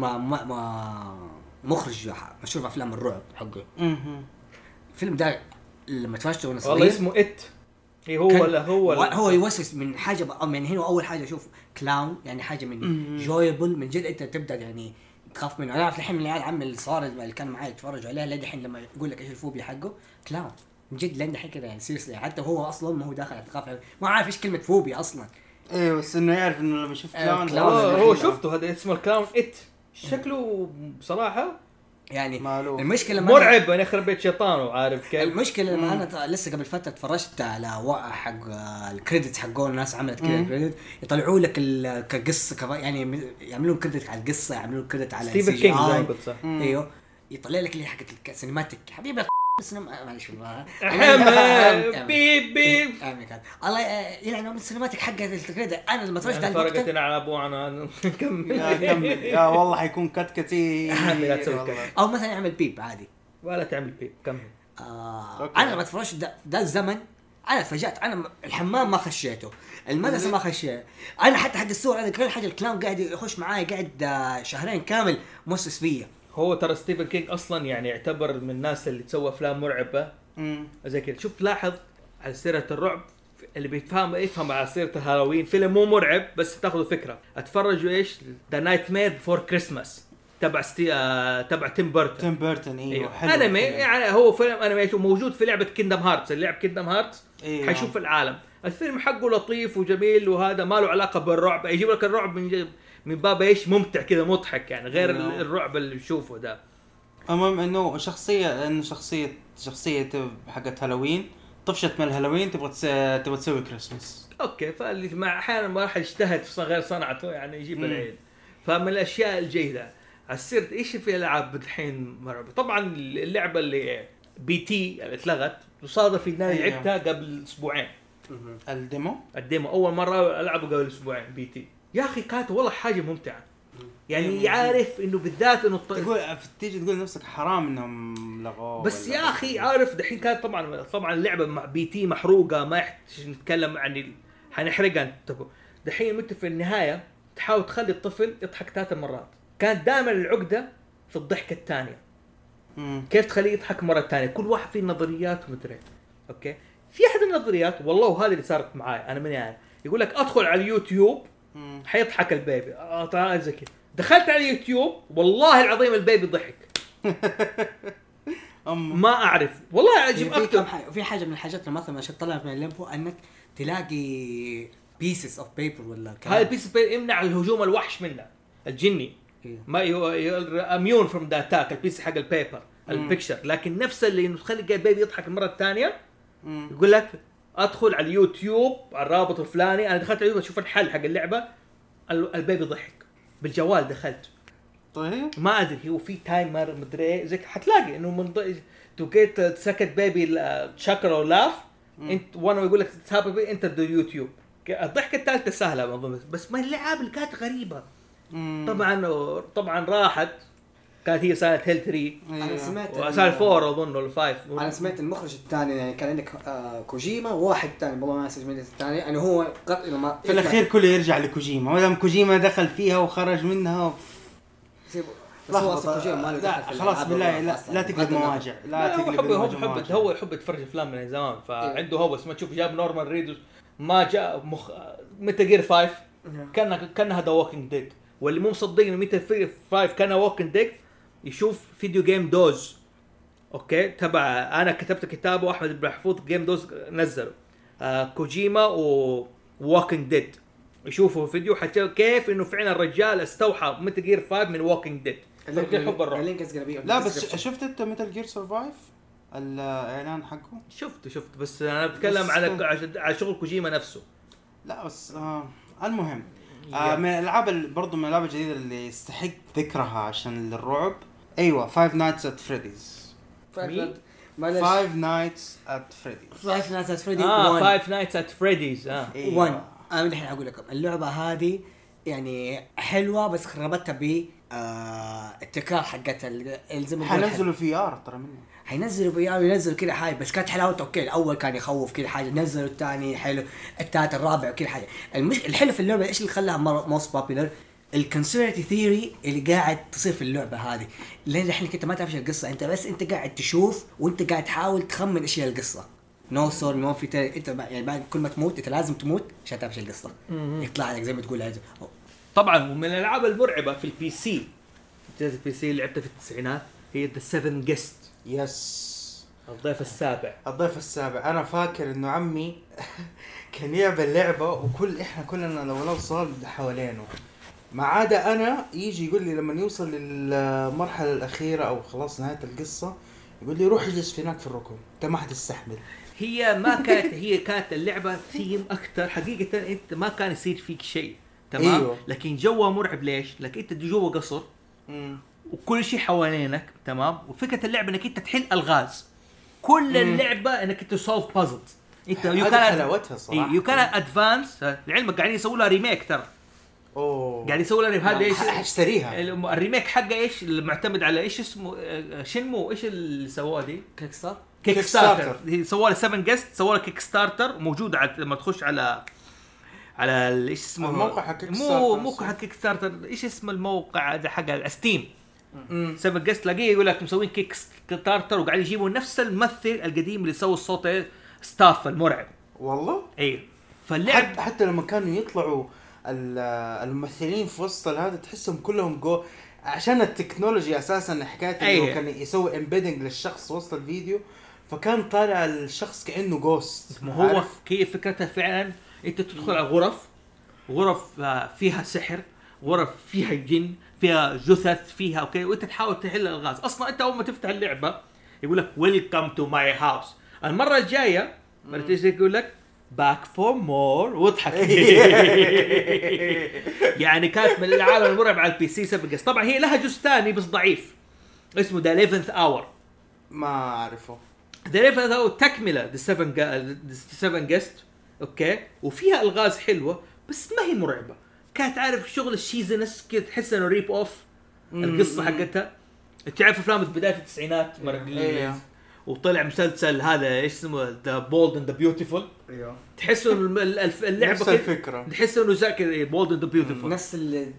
مخرج مشهور في أفلام الرعب حقه. الفيلم ده لما تفرجته وأنا صغير والله اسمه إت. هو يوسوس من حاجة من هنا أول حاجة أشوف كلاون يعني حاجة من جويبل من جد أنت تبدأ يعني تخاف منه. أنا أعرف الحين من العيال عمي الصغار اللي كان معي يتفرجوا عليه لين الحين لما يقول لك إيش الفوبيا حقه كلاون من جد لين الحين كده يعني سيريسلي حتى هو أصلا ما هو داخل على ثقافة ما عارف إيش كلمة فوبيا أصلا. ايوه بس انه يعرف انه لما يشوف كلاون هو شفته هذا اسمه الكلاون ات شكله بصراحه يعني مالو. المشكله مرعب يعني يخرب بيت شيطانه عارف كيف. المشكله لما انا لسه قبل فتره اتفرجت على حق الكريدت حقون الناس عملت كذا الكريدت يطلعوا لك كقصه يعني يعملون كريدت على القصه يعملون كريدت على ستيفن كينج زي ما قلت صح. ايوه يطلع لك اللي حقت السينماتيك حبيبي معلش والله بيب بيب الله يعني من السينماتيك حق الكريدت انا لما اتفرجت على فرقت على ابونا كمل يا والله حيكون كتكتي او مثلا يعمل بيب عادي ولا تعمل بيب كمل. انا لما اتفرجت ده الزمن انا تفاجأت. انا الحمام ما خشيته المدرسه ما خشيته انا حتى حق الصور انا كل حاجه الكلام قاعد يخش معاي قاعد شهرين كامل مؤسس فيا. هو ترى ستيفن كينج اصلا يعني يعتبر من الناس اللي تسوى افلام مرعبه زي كذا. شوف لاحظ على سيره الرعب اللي يفهم على سيره الهالوين فيلم مو مرعب بس تاخذوا فكره. اتفرجوا ايش ذا نايت مير فور كريسماس تبع تيم بيرتون ايوه انمي يعني هو فيلم انمي موجود في لعبه كيندم هارتس اللعب كيندم هارتس أيوه. حيشوف العالم الفيلم حقه لطيف وجميل وهذا ما له علاقه بالرعب يجيب لك الرعب من باب ايش ممتع كذا مضحك يعني غير الرعب اللي نشوفه ده. المهم انه شخصيه حقت هالوين طفشت من الهالوين تبغى تسوي كريسماس. اوكي فاللي مع احيانا ما راح يجتهد في غير صنعته يعني يجيب العيد. فمن الاشياء الجيده السيرت ايش في العاب الحين مرعبه. طبعا اللعبه اللي بي تي اللي اتلغت وصادف ان انا لعبتها قبل اسبوعين. الديمو اول مره العبه قبل اسبوعين بي تي يا اخي كانت والله حاجه ممتعه يعني يعرف انه بالذات انه تقول تيجي تقول نفسك حرام انهم لغوه بس يا اخي عارف دحين كانت طبعا اللعبه مع بي تي محروقه ما يحتاج نتكلم عن حنحرقها. دحين انت في النهايه تحاول تخلي الطفل يضحك 3 مرات. كانت دائما العقده في الضحكه الثانيه كيف تخليه يضحك مره ثانيه. كل واحد فيه نظريات ومدري اوكي. في احد النظريات والله وهذه اللي صارت معي انا من يعني يقول لك ادخل على اليوتيوب حيضحك البيبي تعال زي كذا. دخلت على اليوتيوب والله العظيم البيبي ضحك. ما اعرف والله اجيب اكتر. في حاجه من الحاجات اللي مثلا عشان طلعت من الليمبو انك تلاقي بيسز اوف بيبر ولا هاي البيس يمنع الهجوم الوحش منه الجني ما اميون فروم ذا اتاك البيس حق البيبر البيكتشر لكن نفس اللي نخلي البيبي يضحك المره الثانيه يقول لك ادخل على اليوتيوب على الرابط الفلاني انا دخلت على اليوتيوب اشوف الحل حق اللعبه البيبي ضحك بالجوال دخلت طيب ما ادري هو في تايمر مدري زي حتلاقي انه من تو جيت سكت بيبي شكر او لاف انت وانا يقول لك تسابق انت دو يوتيوب الضحكه الثالثه سهله ما اظن بس ما اللعب اللي كانت غريبه طبعا راحت كانت هي سنه هيل 3 انا سمعت وسنه 4 اظن ولا 5 انا سمعت المخرج الثاني يعني كان عندك كوجيما وواحد ثاني والله ما اسمه الثاني انه هو في الاخير كله يرجع لكوجيما ما دام كوجيما دخل فيها وخرج منها خلاص بالله لا تقلب مواجع لا تقلب مواجع هو يحب يتفرج افلام من زمان فعنده هوس ما تشوف جاب نورمان ريدوس ما جاء متى جير 5 كانها ذا ووكينج ديد واللي مو مصدقين متى 5 كان ووكينج ديد يشوف فيديو جيم دوز اوكي تبع انا كتبت كتابه واحمد بن محفوظ جيم دوز نزله كوجيما وووكينج ديد يشوفوا فيديو حتى كيف انه فعلا الرجال استوحى متى جير 5 من ووكينج ديد حب الروح لا بس شفت انت متل جير سرفايف الاعلان حقه شفت بس انا بتكلم على شغل كوجيما نفسه لا بس المهم من الالعاب برضو من الالعاب الجديده اللي يستحق ذكرها عشان الرعب ايوه Five Nights at Freddy's Five Nights at Freddy's 1 انا الحين اقول لكم اللعبه هذه يعني حلوه بس خربتها ب التكرار حقتها زي ما حينزلوا في ار ترى منه حينزلوا في ار وينزلوا كذا حاجه بس كانت حلاوته اوكي الاول كان يخوف كذا حاجه نزلوا الثاني حلو الثالث الرابع وكذا حاجه الحلو في اللعبه ايش اللي خلاها موست بوبيلر الكونسبيرسي ثيوري اللي قاعد تصير في اللعبه هذه لين الحين كنت ما تعرف القصه انت بس انت قاعد تشوف وانت قاعد تحاول تخمن ايش هي القصه نو سور نو في انت يعني بعد كل ما تموت انت لازم تموت عشان تعرف ايش القصه يطلع لك زي ما تقول هذا طبعا ومن الالعاب المرعبه في البي سي جهاز البي سي اللي لعبتها في التسعينات هي ذا 7 جيست يس الضيف السابع انا فاكر انه عمي كان يلعب اللعبه وكل كلنا لو صار حوالينه ما عدا انا يجي يقول لي لما يوصل للمرحله الاخيره او خلاص نهايه القصه يقول لي روح اجلس هناك في الركن انت ما حتستحمل هي ما كانت هي كانت اللعبه ثيم اكثر حقيقه انت ما كان يصير فيك شيء تمام أيوه. لكن جوه مرعب ليش لك انت جوه قصر وكل شيء حوالينك تمام وفكره اللعبه انك انت تحل الغاز كل اللعبه انك انت تسولف بازلز انت يو كان حلاوتها صراحه يو كان ادفانس لعلمك قاعدين يسووا لها ريميك ترى قاعد يسوي لها هذا ايش اشتريها الريميك حقه ايش المعتمد على ايش اسمه شنمو ايش اللي سووه دي كيك ستارتر هي سووا له 7 جيست سووا له كيك ستارتر موجوده على لما تخش على ايش اسمه الموقع حق كيك ستارتر مو حق كيك ستارتر ايش اسم الموقع هذا حق ستيم 7 جيست تلاقيه يقول لك مسوين كيك ستارتر وقاعد يجيبوا نفس الممثل القديم اللي سوى الصوت ستاف المرعب والله اي فاللعب حتى لما كانوا يطلعوا الممثلين في وسط هذا تحسهم كلهم جو عشان التكنولوجيا اساسا حكايه انه كان يسوي امبيدنج للشخص وسط الفيديو فكان طالع الشخص كانه جوست ما هو كيف فكرتها فعلا انت تدخل على غرف فيها سحر غرف فيها جن فيها جثث فيها اوكي وانت تحاول تحل الغاز اصلا انت اول ما تفتح اللعبه يقول لك ويلكم تو ماي هاوس المره الجايه مرتين يقول لك باك فور مور واضحك يعني كانت من العالم المرعب على البي سي 7 جيست طبعا هي لها جزء ثاني بس ضعيف اسمه ذا 11th اور ما اعرفه ذا 11th اور تكمله ذا 7 جيست اوكي وفيها الغاز حلوه بس ما هي مرعبه كانت عارف شغل الشيزنس كده تحس انه ريب اوف القصه حقتها تعرف افلام بدايه التسعينات وطلع مسلسل هذا ايش اسمه ذا بولد اند ذا بيوتيفول تحس انه اللعبه كده تحس انه ذاكر بولد اند ذا بيوتيفول نفس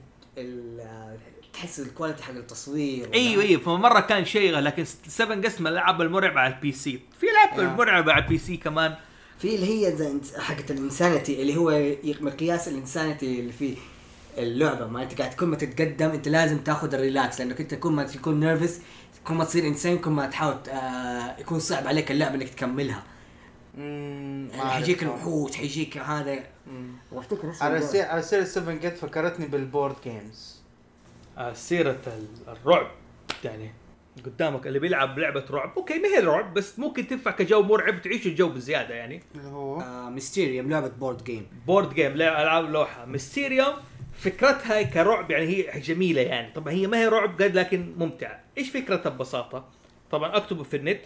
تحس الكواليتي حق التصوير ايوه فمره كان شيء لكن 7 قسم الالعاب المرعبه على البي سي في لعبه مرعبه على البي سي كمان في اللي هي حقت الانسانيتي اللي هو مقياس الانسانيتي اللي في اللعبه ما انت قاعد كل ما تتقدم انت لازم تاخذ الريلاكس لانك انت كل ما تكون نيرفس كل ما تصير انسان كل ما تحاول يكون صعب عليك اللعبه انك تكملها حيجيك الوحوش حيجيك هذا وافتكر اسمه على سيرة 7 جيت فكرتني بالبورد جيمز. سيرة الرعب يعني قدامك اللي بيلعب لعبة رعب اوكي ما هي رعب بس ممكن تنفع كجو مرعب تعيش الجو بزيادة يعني اللي هو ميستيريوم لعبة بورد جيم العاب لوحة. ميستيريوم فكرتها كرعب يعني هي جميلة يعني طبعا هي ما هي رعب قد لكن ممتعة. ايش فكرتها ببساطة؟ طبعا اكتبوا في النت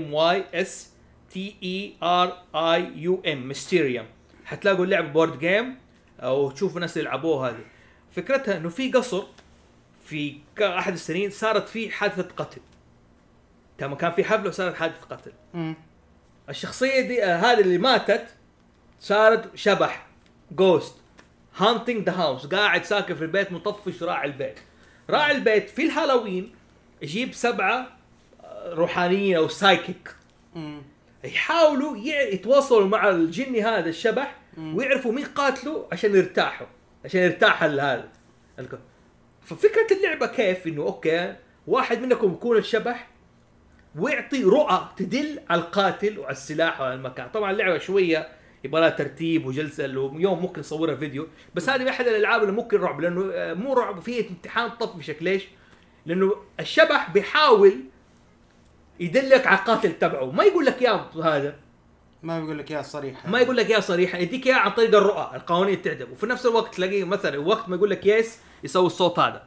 MYSTERIUM ميستيريوم حتلاقوا اللعبة بورد جيم او تشوفوا ناس يلعبوها. هذه فكرتها انه في قصر في احد السنين صارت فيه حادثة قتل. كما كان في حفلة وصارت حادثة قتل. الشخصية دي هذه اللي ماتت صارت شبح جوست هانتينج ذا هاوس قاعد ساكن في البيت مطفش راعي البيت في الهالوين يجيب 7 روحانيين او سايكيك يحاولوا يتواصلوا مع الجني هذا الشبح ويعرفوا مين قاتله عشان يرتاح هذا. ففكرة اللعبة كيف انه اوكي واحد منكم يكون الشبح ويعطي رؤى تدل على القاتل وعلى السلاح وعلى المكان. طبعا اللعبة شوية يبغى لها ترتيب وجلسة يوم ممكن نصورها فيديو بس هذه احد الالعاب اللي ممكن رعب لانه مو رعب فيه امتحان طفشك. ليش؟ لانه الشبح بيحاول يدلك على القاتل تبعه ما يقول لك يا هذا ما بيقول لك يا صريحة ما يقول لك يا صريحة يديك يا عن طريق الرؤى القوانين تعدم. وفي نفس الوقت تلاقيه مثلا وقت ما يقول لك يس يسوي الصوت هذا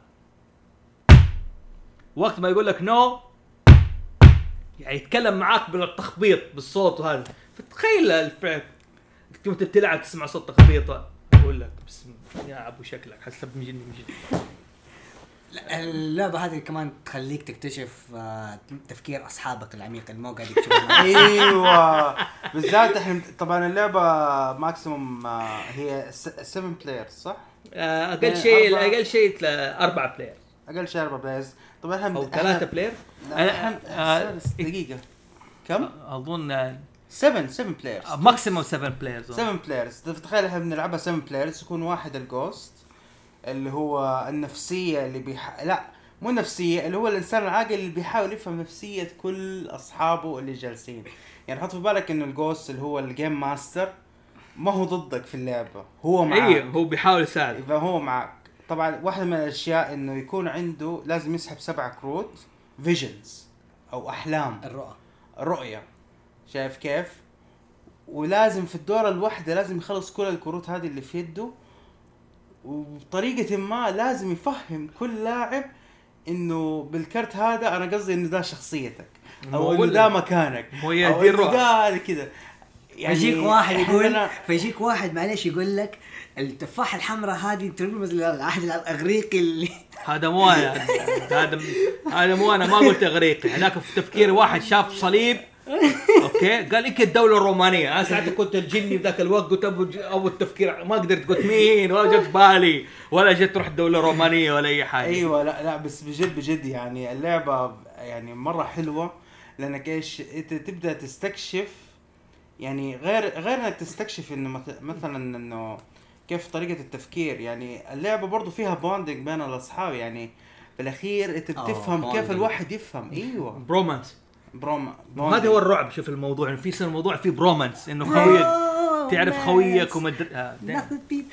وقت ما يقول لك نو يعني يتكلم معاك بالتخبيط بالصوت وهذا. فتخيل الفعل كنت بتلعب تسمع صوت تخبيطه يقول لك بسم يا ابو شكلك حسب مجني. اللعبة هذه كمان تخليك تكتشف تفكير أصحابك العميق اللي مو قاعد يكتشفون. ايوه بالذات احنا طبعا اللعبة ماكسيموم هي 7 بلايرز صح؟ اقل شيء 4 بلاير. اقل شيء 4 بلايرز. طبعا احنا او 3 بلاير. دقيقة كم؟ اظن 7 بلايرز ماكسيموم 7 بلايرز. 7 بلايرز تخيل احنا بنلعبها 7 بلايرز يكون واحد الجوست اللي هو النفسية اللي لا مو نفسية اللي هو الإنسان العاقل اللي بيحاول يفهم نفسية كل أصحابه اللي جالسين. يعني حط في بالك إنه الجوست اللي هو الجيم ماستر ما هو ضدك في اللعبة هو معك. إيه هو بيحاول يساعد فهو معك. طبعا واحدة من الأشياء إنه يكون عنده لازم يسحب 7 كروت فيجنز أو أحلام الرؤية شايف كيف. ولازم في الدورة الواحدة لازم يخلص كل الكروت هذه اللي في يده وبطريقة ما لازم يفهم كل لاعب انه بالكرت هذا انا قصدي انه ده شخصيتك او انه ده مكانك او انه ده كده. يعني فيجيك واحد معليش يقول لك التفاحة الحمراء هذه ترمز للعهد الأغريقي اللي هذا مو انا هذا مو انا ما قلت اغريقي. هناك في تفكير واحد شاف صليب اوكي قال إيه الدولة الرومانية. انا ساعتها كنت الجني ذاك الوقت قلت ابو التفكير ما قدرت قلت مين ولا جت بالي ولا جت تروح الدولة الرومانية ولا اي حاجة. ايوه لا بس بجد يعني اللعبة يعني مرة حلوة لانك ايش انت تبدأ تستكشف يعني غير انك تستكشف انه مثلا انه كيف طريقة التفكير. يعني اللعبة برضو فيها بوندنج بين الاصحاب يعني في الاخير انت بتفهم كيف الواحد يفهم. ايوه برومانس هذا هو الرعب. شوف الموضوع انه في الموضوع في برومانس انه خويك تعرف خويك ناخذ بيب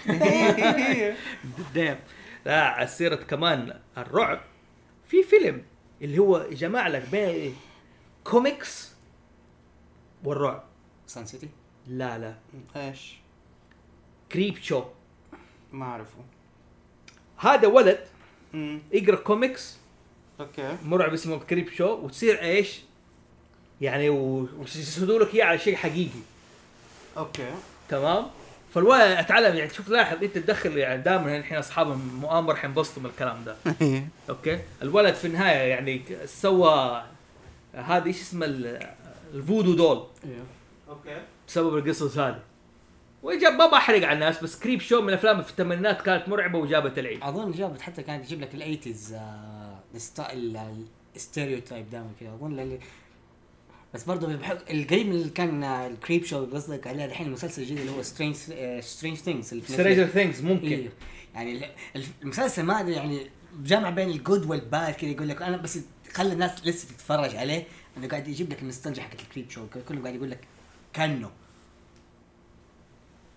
لا السيرة كمان الرعب في فيلم اللي هو جمع لك بين كوميكس والرعب. سان سيتي لا ايش كريب شو ما اعرفه. هذا ولد يقرأ كوميكس اوكي مرعب اسمه كريب شو وتصير ايش يعني ويسدوا لك اياه على شيء حقيقي. اوكي تمام. فالولد اتعلم يعني شوف لاحظ انت تدخل يعني دائما الحين اصحاب المؤامره حينبسطوا من الكلام ده. اوكي الولد في النهايه يعني سوى هذا ايش اسمه الفودو دول. اوكي بسبب القصص هذه وجاب ما بحرق على الناس بس كريب شو من الافلام في الثمانينات كانت مرعبه وجابت العيد. اظن جابت حتى كانت تجيب لك الايتيز الستايل الستيريوتايب دايما كذا اظن بس برضه القريب من اللي كان الكريب شو قصدك عليه الحين المسلسل الجديد اللي هو سترينج ثينجز ممكن إيه. يعني المسلسل ما ادري يعني جامع بين الجود والباد كذا يقول لك انا بس خلي الناس لسه تتفرج عليه انه قاعد يجيب لك النوستالجيا حقت الكريب شو كله قاعد يقول لك كانه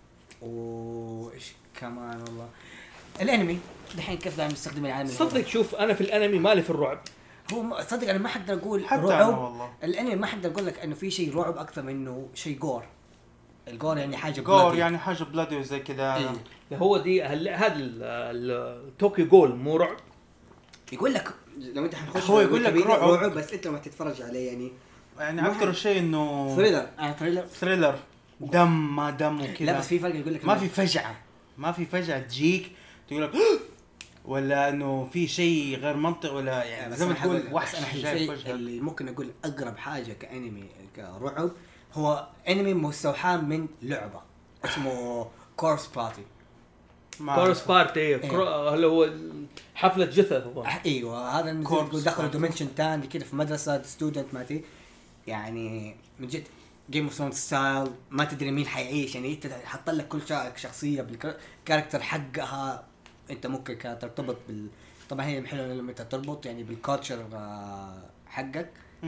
وايش كمان والله الانمي دحين كيف دائما نستخدم العالم صدق شوف انا في الانمي مالي في الرعب. هو صدق انا ما حقدر اقول حتى رعب والله الانمي ما حقدر اقول لك انه في شيء رعب اكثر منه شيء جور. الجور يعني حاجه جور يعني حاجه بلادي وزي كذا. إيه. هو دي هذا التوكيو جول مو رعب. يقول لك لو انت حنخش هو يقول لك رعب بس انت لما تتفرج عليه يعني اكثر شيء انه ثريلر دم ما دم وكذا. لا بس في فرق يقول لك ما في فجعه تجيك تقول لك ولا انه في شيء غير منطق ولا يعني زي ما تقول وحش. انا الشيء اللي ممكن اقول اقرب حاجه كانمي كرعب هو انمي مستوحى من لعبه اسمه كورس بارتي. كورس بارتي اللي هو حفله جثث هو. ايوه هذا دخلوا دايمنشن ثاني كده في مدرسه ستودنت ماتي يعني من جد جيم اوف ثرونز ستايل ما تدري مين حيعيش يعني انت حط لك كل شخصيه بالكاركتر حقها انت ممكن ترتبط طبعا هي حلوه لما انت تربط يعني بالكالتشر حقك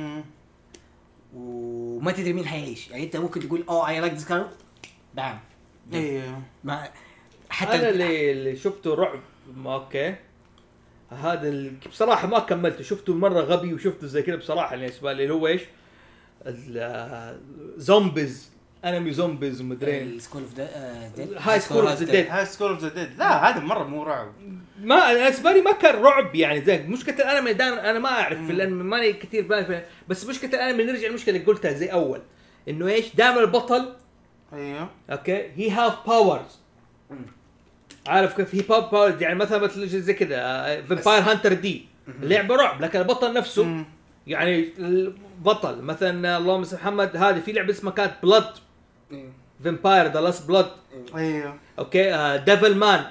وما تدري مين حيعيش يعني انت ممكن تقول اي لايك ذس كاركتر بام. ايوه ما حتى انا اللي شفته رعب اوكي هذا بصراحه ما كملته شفته مره غبي وشفته زي كده بصراحه بالنسبه لي اللي هو ايش الزومبيز انمي زومبيز ومدري سكول اوف ذا هاي سكول اوف ذا ديد لا هذا مره مو رعب. ما انا بالنسبه لي ما كان رعب يعني زي مشكله الانمي دائما انا ما اعرف في الانمي ماني كثير بالي بس مشكله الانمي نرجع المشكله اللي قلتها زي اول انه ايش دائما البطل ايوه اوكي هي هاف باورز عارف كيف هي باورز يعني مثلا زي كده فامباير هانتر دي اللعبه رعب لكن البطل نفسه يعني البطل مثلا اللهم صل محمد هذه في لعبه اسمها كانت بلاد فامباير ذا لاست بلاد ايوه اوكي ديفل مان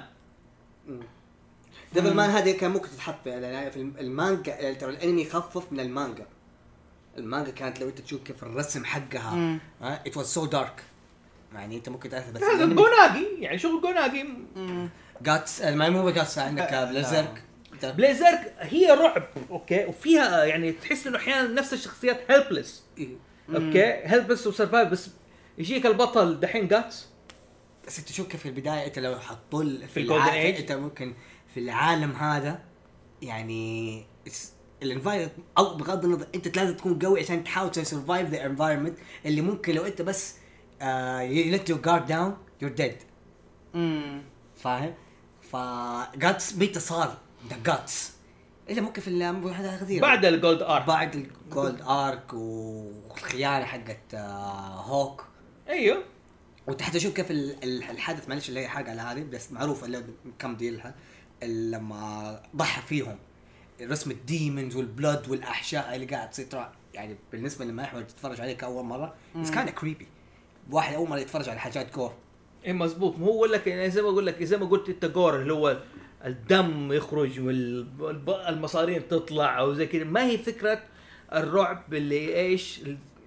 هذه كان ممكن تتحط في المانجا ترى الانمي يخفف من المانجا كانت لو انت تشوف كيف الرسم حقها it was so dark يعني انت ممكن تعرف بس هذا جوناغي يعني شغل جوناغي جاتس ما مو جاتس عندك بليزرك هي رعب اوكي وفيها يعني تحس انه احيانا نفس الشخصيات هيلبلس اوكي هيلبلس وسرفايف بس يجيك البطل دحين جاتس بس انت شوف كيف في البدايه انت لو حطول في الجولدن ايج انت ممكن في العالم هذا يعني الانفايرمنت او بغض النظر انت لازم تكون قوي عشان تحاول تسرفايف ذا انفايرمنت اللي ممكن لو انت بس you let your guard down you're dead فاهم فجاتس بيت صار ذا جاتس الا ممكن في هذا غزير بعد الجولد ارك والخيانه حقت هوك ايوه وتحت اشوف كيف الحدث معلش اللي هي حاجه على هذه بس معروفه اللي كم ديلها لما ضحى فيهم رسم الديمونز والبلود والاحشاء اللي قاعد تصير يعني بالنسبه لما احنا تتفرج عليه كاول مره it's kind of creepy واحد اول مره يتفرج على حاجات جور ايه مزبوط مو هو لك يعني زي ما اقول لك زي ما قلت انت جور اللي هو الدم يخرج والمصارين تطلع او زي كذا ما هي فكره الرعب اللي ايش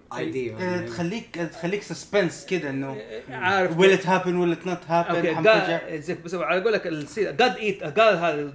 تخليك سسبنس كده انه عارف will it happen will it not happen حمترجع زي بس اقول لك جاد ايت قال هذا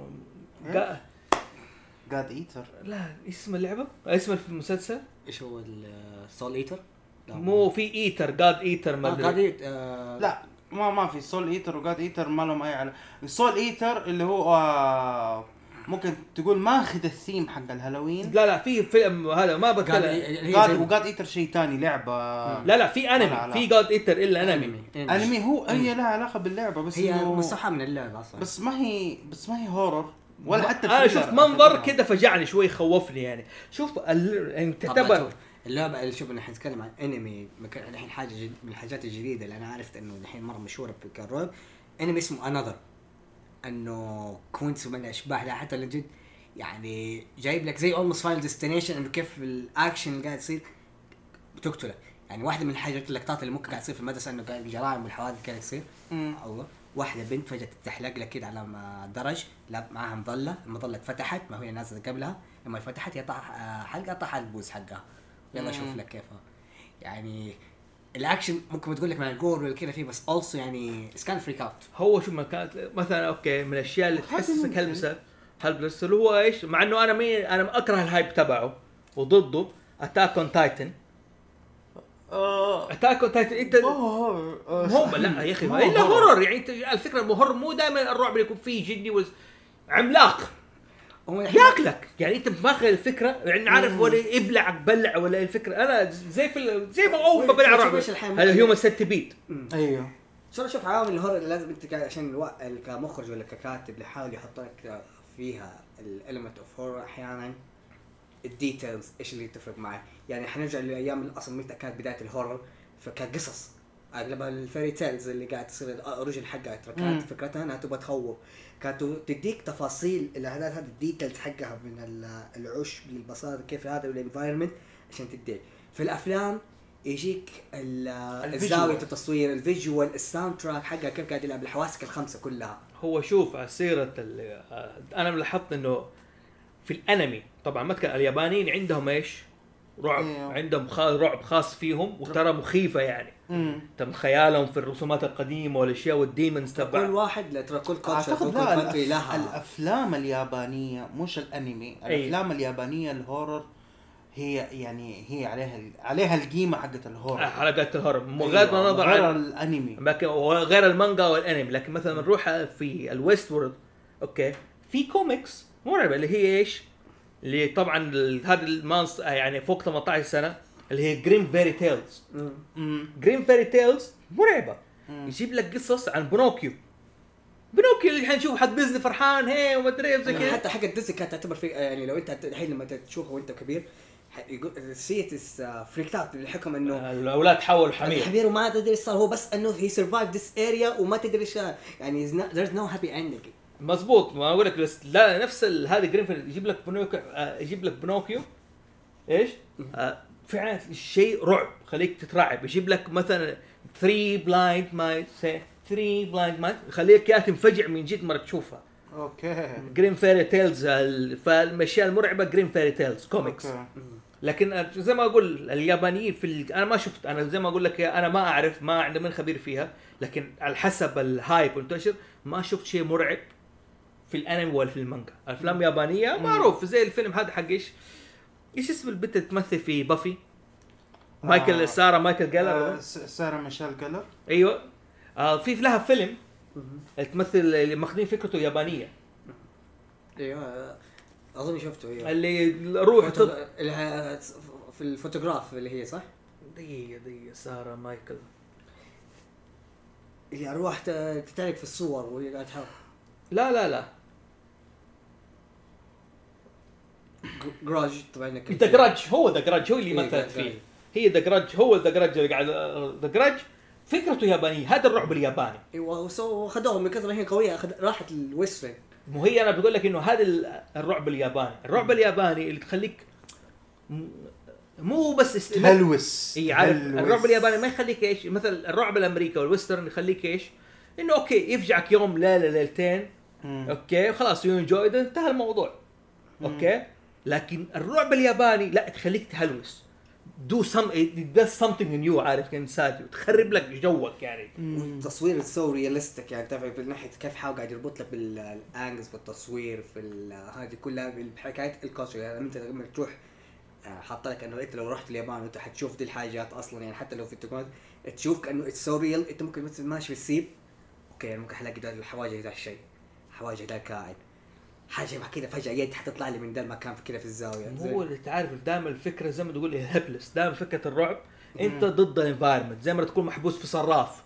جاد ايتر لا اسم اللعبه اسم المسلسل ايش هو السول ايتر مو في ايتر جاد ايتر ما ادري لا ما في سول ايتر وجاد ايتر ما لهم اي علاقه. السول ايتر اللي هو ممكن تقول ماخذ الثيم حق الهالوين. لا في فيلم هذا ما بتكلم وجاد ايتر شيء تاني لعبه. لا في انمي في جاد ايتر الا انمي هو هي لها علاقه باللعبه بس هي مستوحى من اللعبه اصلا بس ما هي هورر ولا حتى انا شفت منظر كده فجعني شوي خوفني يعني شوف يعني تعتبر اللعبه اللي شوف نحن نتكلم عن انمي الحين حاجه من الحاجات الجديده اللي انا عرفت انه الحين مره مشهوره بالرعب انمي اسمه انذر انه كوينس من الاشباح لا حتى لجد يعني جايب لك زي اولموست فاينل ديستنيشن انه كيف الاكشن اللي قاعد يصير بتقتله يعني واحده من الحاجات اللقطات اللي ممكن قاعد تصير في المدرسه انه قاعد الجرائم والحوادث قاعد تصير الله واحده بنت فجاه تتحلق لك كده على درج لا معاها مظله المظله اتفتحت ما هي نازله قبلها لما فتحت هي حلقه طاح البوز حقها يلا شوف لك كيف يعني الاكشن ممكن تقول لك مع الجور ولا كذا فيه بس also يعني سكان فريك اوت هو شو ما كانت مثلا اوكي من الاشياء اللي تحسسك هلبس اللي هو ايش مع انه انا انا اكره الهايب تبعه وضده اتاك اون تايتن اتاك اون تايتن انت هم لا يا اخي الا هورر يعني انت الفكره مو دائما الرعب اللي يكون فيه جدي عملاق ياكلك يعني انت ماخذ الفكره يعني عارف ولا يبلع بلع ولا الفكره انا زي ما اول ما بلع رعب هذا هيومن سنتيبيد ايوه شوف عوامل الهورر اللي لازم انت عشان كمخرج ولا ككاتب اللي يحاول يحط لك فيها الاليمنت اوف هورر احيانا الديتيلز ايش اللي تفرق معي يعني حنرجع لايام اصلا متى كانت بدايه الهورر فكقصص اغلبها الفيري تيلز اللي قاعد تصير الاوريجن حقها كانت فكرتها انها تبغى تخوف كانت تديك تفاصيل الاحداث هذه الديتيلز حقها من العشب للبساطه كيف هذا والانفايرمنت عشان تديك في الافلام يجيك الزاويه التصوير الفيجوال الساوند تراك حقها كيف قاعد يلعب الحواسك الخمسه كلها هو شوف سيره انا لاحظت انه في الانمي طبعا مثلا اليابانيين عندهم ايش رعب عندهم رعب خاص فيهم وترى مخيفه يعني تم خيالهم في الرسومات القديمه والاشياء والديمونز تبع كل واحد ترى كل اعتقد لا الافلام اليابانيه مش الانمي الافلام اليابانيه الهورر هي عليها القيمه حقت الهورر حلقات الهورر بغض النظر غير الانمي غير المانجا والانمي لكن مثلا نروح في الويست وورد اوكي في كوميكس مرعبه اللي هي ايش اللي طبعا هذا المانس يعني فوق 18 سنه اللي هي جرين فيري تيلز جرين فيري تيلز مرعبه يجيب لك قصص عن بنوكيو اللي حنشوف حد ديزني فرحان هي وما ادري زي كذا حتى حق ديزني كانت تعتبر في يعني لو انت الحين لما تشوفه وانت كبير يقول سيتس فريكات بالحكم انه الاولاد حولوا حمير وما تدري ايش صار هو بس انه هي سرفايف ذيس اريا وما تدري ايش يعني there's no happy ending مزبوط ما اقول لك بس لا نفس هذه جرينفيلد يجيب لك بنوكيو ايش فعلا الشيء رعب خليك تترعب يجيب لك مثلا 3 بلايند مايت يخليك يا تنفجع من جد مرة تشوفها اوكي جرين فيري تيلز فالاشياء المرعبه جرين فيري تيلز كوميكس لكن زي ما اقول اليابانيين انا ما شفت انا زي ما اقول لك انا ما اعرف ما عندي من خبير فيها لكن على حسب الهايب والتنشر ما شفت شيء مرعب في الانمي ولا في المانجا الافلام اليابانيه معروف زي الفيلم هذا حق ايش اسم البنت تمثل في بافي سارة مايكل جالر سارة ميشيل جالر ايوه في لها فيلم تمثل اللي ماخذين فكرته يابانيه ايوه اظن شفته ايوه اللي روح في الفوتوغراف اللي هي صح دي سارة مايكل اللي اروح تتعلق في الصور وهي قاعده تحاول لا جراج طبعا ذا جراج هو اللي مثلت فيه هي ذا جراج اللي قاعد ذا جراج فكرته يابانيه هذا الرعب الياباني وخدوهم من كثر ما هي قويه راحت الويسترن مو هي انا بقول لك انه هذا الرعب الياباني اللي تخليك مو بس تهلوس عارف الرعب الياباني ما يخليك ايش مثلا الرعب الامريكي والويسترن يخليك ايش انه اوكي يفجعك يوم ليله ليلتين اوكي خلاص يو انجوي انتهى الموضوع اوكي لكن الرعب الياباني لا تخليك تهلوس do something new عارف كان سادي وتخرب لك جوك يعني التصوير سو رياليستيك يعني تعرف من ناحيه كيف حاول قاعد يربط لك بالانجلز في التصوير في هذه كلها بالحكايات الكوستيوم يعني انت لما تروح حاطه لك انه انت لو رحت اليابان وانت حتشوف دي الحاجات اصلا يعني حتى لو في التكنولوجيا تشوف كانه اتس سو ريال انت ممكن مثلا ماشي في السيب اوكي يعني ممكن الاقي ده الحواجز ذا الشيء حواجز ذا قاعد حاجه كده فجاه يد حتطلع لي من ده المكان في كده في الزاويه هو اللي تعرف دائما الفكره زي ما تقول لي هيبلس دائما فكره الرعب انت ضد الانفايرمنت زي ما تكون محبوس في صراف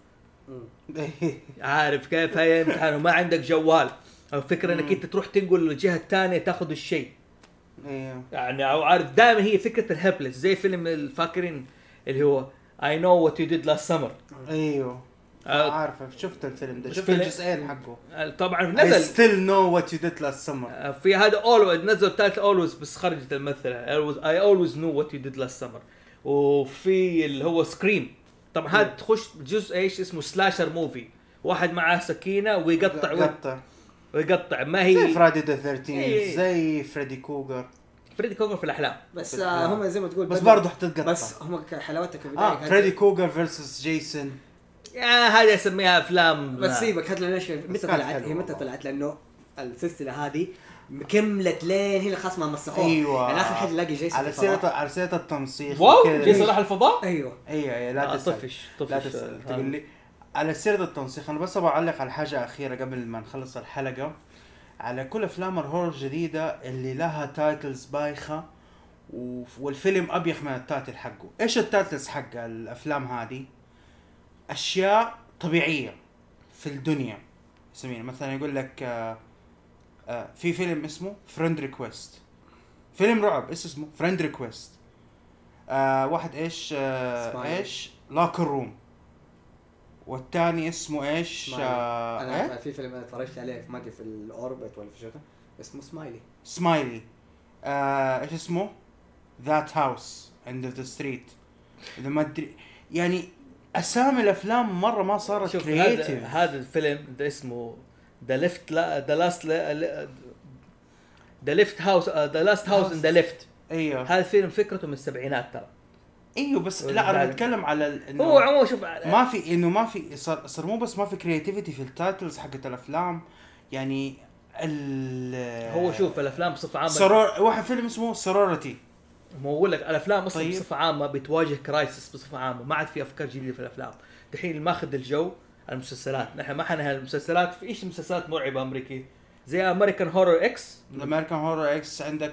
عارف كيف هي امتحان وما عندك جوال او فكره انك انت تروح تنقل للجهه الثانيه تاخذ الشيء يعني او عارف دائما هي فكره الهيبلس زي فيلم الفاكرين اللي هو I know what you did last summer ايوه عارفه شفت الفيلم ده شفت الجزئين حقه طبعا نزل I still know what you did last summer في هذا always نزل ثالث always بس خرجت الممثله I always knew what you did last summer وفي اللي هو سكريم طبعا هذا تخش جزء ايش اسمه سلاشر موفي واحد معاه سكينه ويقطع ما هي زي فريدي ذا 13 زي فريدي كوغر في الاحلام بس هم زي ما تقول بس برضه حتتقطع بس هم حلاوتك البدايه فريدي كوغر فيرسس جيسون يا هذه اسميها افلام بس سيبك هات لنا ايش متى طلعت لانه السلسله هذه كملت لين هي الخصمه مسخوها. ايوه يعني اخر حاجه لاقي جيسون على سيرة التنسيق واو وكذا. جيسون راح الفضاء. ايوه لا تسأل. طفش لا تسأل. تقول لي على سيرة التنسيق، انا بس بعلق على حاجة أخيرة قبل ما نخلص الحلقة. على كل أفلام الهورر الجديدة اللي لها تايتلز بايخة والفيلم أبيخ من التايتل حقه. إيش التايتلز حق الأفلام هذه؟ أشياء طبيعية في الدنيا يسمينا. مثلا يقول لك في فيلم اسمه فريند ريكويست، فيلم رعب اسمه فريند ريكويست. واحد إيش لاكر روم، والتاني اسمه ايش انا في فيلم انا اتفرجت عليه ما ادري في الاوربت ولا في شيء اسمه سمايلي. ايش اسمه ذات هاوس اند ذا ستريت. اذا ما ادري يعني اسامي الافلام مره ما صارت كرييتيف. هذا الفيلم ده اسمه ذا لاست هاوس ان ذا ليفت. ايوه هذا الفيلم فكرته من السبعينات ترى. ايوه بس لا انا بتكلم على انه هو عموما شوف ما في صار مو بس ما في كرياتيفيتي في التايتلز حقت الافلام. يعني هو شوف الافلام بصفه عامه واحد فيلم اسمه سرورتي. مو اقول لك الافلام اصلا طيب. بصفه عامه بتواجه كرايسس بصفه عامه، ما عاد في افكار جديده في الافلام. دحين ماخذ الجو المسلسلات. نحن ما حنها المسلسلات في ايش مسلسلات مرعبه امريكي زي امريكان هورر اكس. امريكان هورر اكس عندك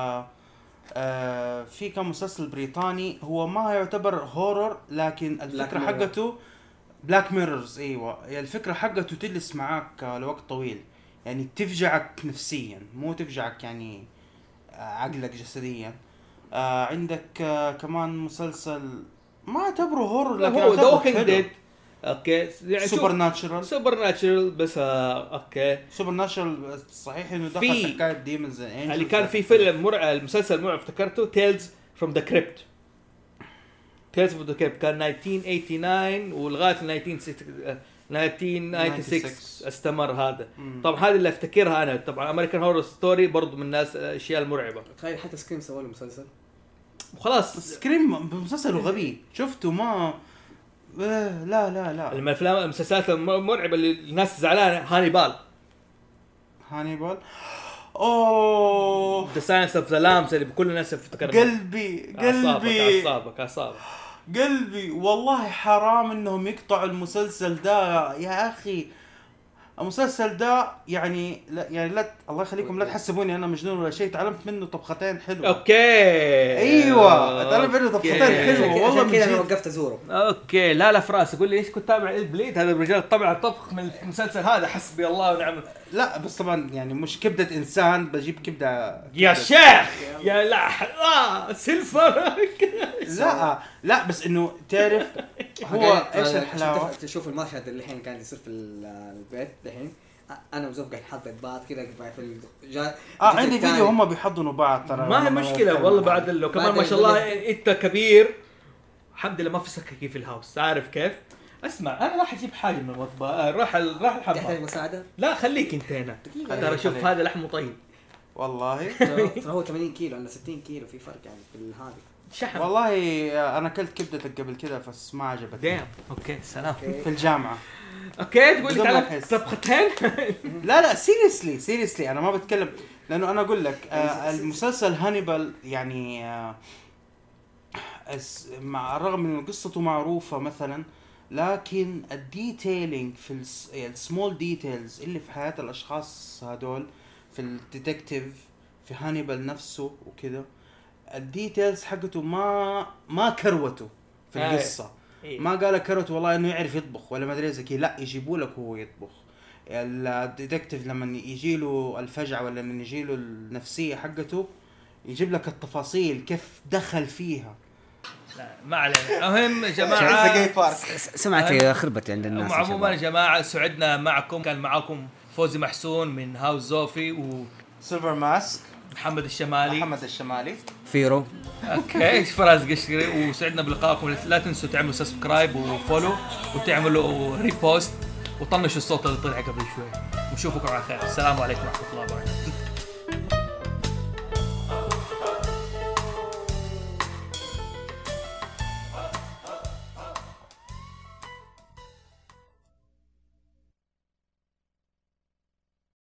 في كم مسلسل بريطاني هو ما يعتبر هورر لكن الفكرة حقته بلاك ميرورز. ايوه الفكرة حقته تجلس معاك لوقت طويل، يعني تفجعك نفسيا مو تفجعك يعني عقلك جسديا. عندك كمان مسلسل ما اعتبره هورر لكن هو دوكينج ديد. اوكي يعني سوبر ناتشرال بس اوكي سوبر ناتشرال صحيح انه دخل في حكايه ديمونز اللي كان في فيلم المسلسل مرعب افتكرته تيلز فروم ذا كريبت. كان 1989 ولغايه 1996 استمر هذا. طبعا هذه اللي افتكرها انا. طبعا امريكان هورر ستوري برضو من الناس الاشياء المرعبه. تخيل حتى سكريم سووا له مسلسل وخلاص. سكريم مسلسل غبي شفته ما لا الافلام المسلسلات المرعبه اللي الناس زعلانه هانيبال اوه ذا ساينس اوف ذا لامس اللي بكل الناس تفتكر. قلبي قلبي والله حرام انهم يقطعوا المسلسل ده يا اخي. المسلسل ده يعني لا الله يخليكم لا تحسبوني انا مجنون ولا شيء. تعلمت منه طبختين حلوه. اوكي ايوه تعلمت منه طبختين حلوه والله. كذا انا وقفت ازوره. اوكي لا فراس يقول لي ايش كنت تابع البليد. هذا الرجال طبع الطبخ من المسلسل هذا حسبي الله ونعم. لا بس طبعا يعني مش كبده انسان بجيب كبده يا شيخ يا لا سيلفر. لا بس انه تعرف هو ايش الحلاوه. تشوف المشهد اللي الحين قاعد يصير في البيت الحين انا وزوف قاعد نحضر بعض كذا في عندي فيديو هم بيحضنوا بعض ترى. ما هي مشكله والله. بعد لو كمان ما شاء الله انت كبير الحمد لله ما في سكاكين في الهاوس. تعرف كيف؟ اسمع انا راح اجيب حاجه من المطبخ. راح الحمام. تحتاج مساعده؟ لا خليك انت هنا. ترى شوف هذا لحمه طيب والله. ترى هو 80 كيلو انا 60 كيلو في فرق يعني في هذه شحم. والله انا اكلت كبدتك قبل كده بس ما عجبتني. اوكي سلام. في الجامعه اوكي تقول لي تعال طبختين. لا سيريسلي انا ما بتكلم لانه انا اقول لك المسلسل هانيبال يعني مع الرغم من قصته معروفه مثلا لكن الديتيلينج في السمول ديتيلز اللي في حياه الاشخاص هذول في الديتكتيف في هانيبال نفسه وكذا الديتيلز حقته ما كروته في القصه. ما قال كروته والله انه يعرف يطبخ ولا ما ادري زي كذا. لا يجيبوا لك هو يطبخ. الديتكتيف لما يجي له الفجعه ولا لما يجي له النفسيه حقته يجيب لك التفاصيل كيف دخل فيها. لا ما علينا. المهم يا جماعه سمعتي خربت عند الناس. عموما يا جماعه سعدنا معكم. كان معكم فوزي محسون من هاوس زوفي سيلفر ماسك محمد الشمالي فيرو. اوكي فراس قشري. وسعدنا بلقائكم. لا تنسوا تعملوا سبسكرايب وفولو وتعملوا ريبوست وطنشوا الصوت اللي طلع قبل شوي. ونشوفكم على خير. السلام عليكم ورحمه الله وبركاته.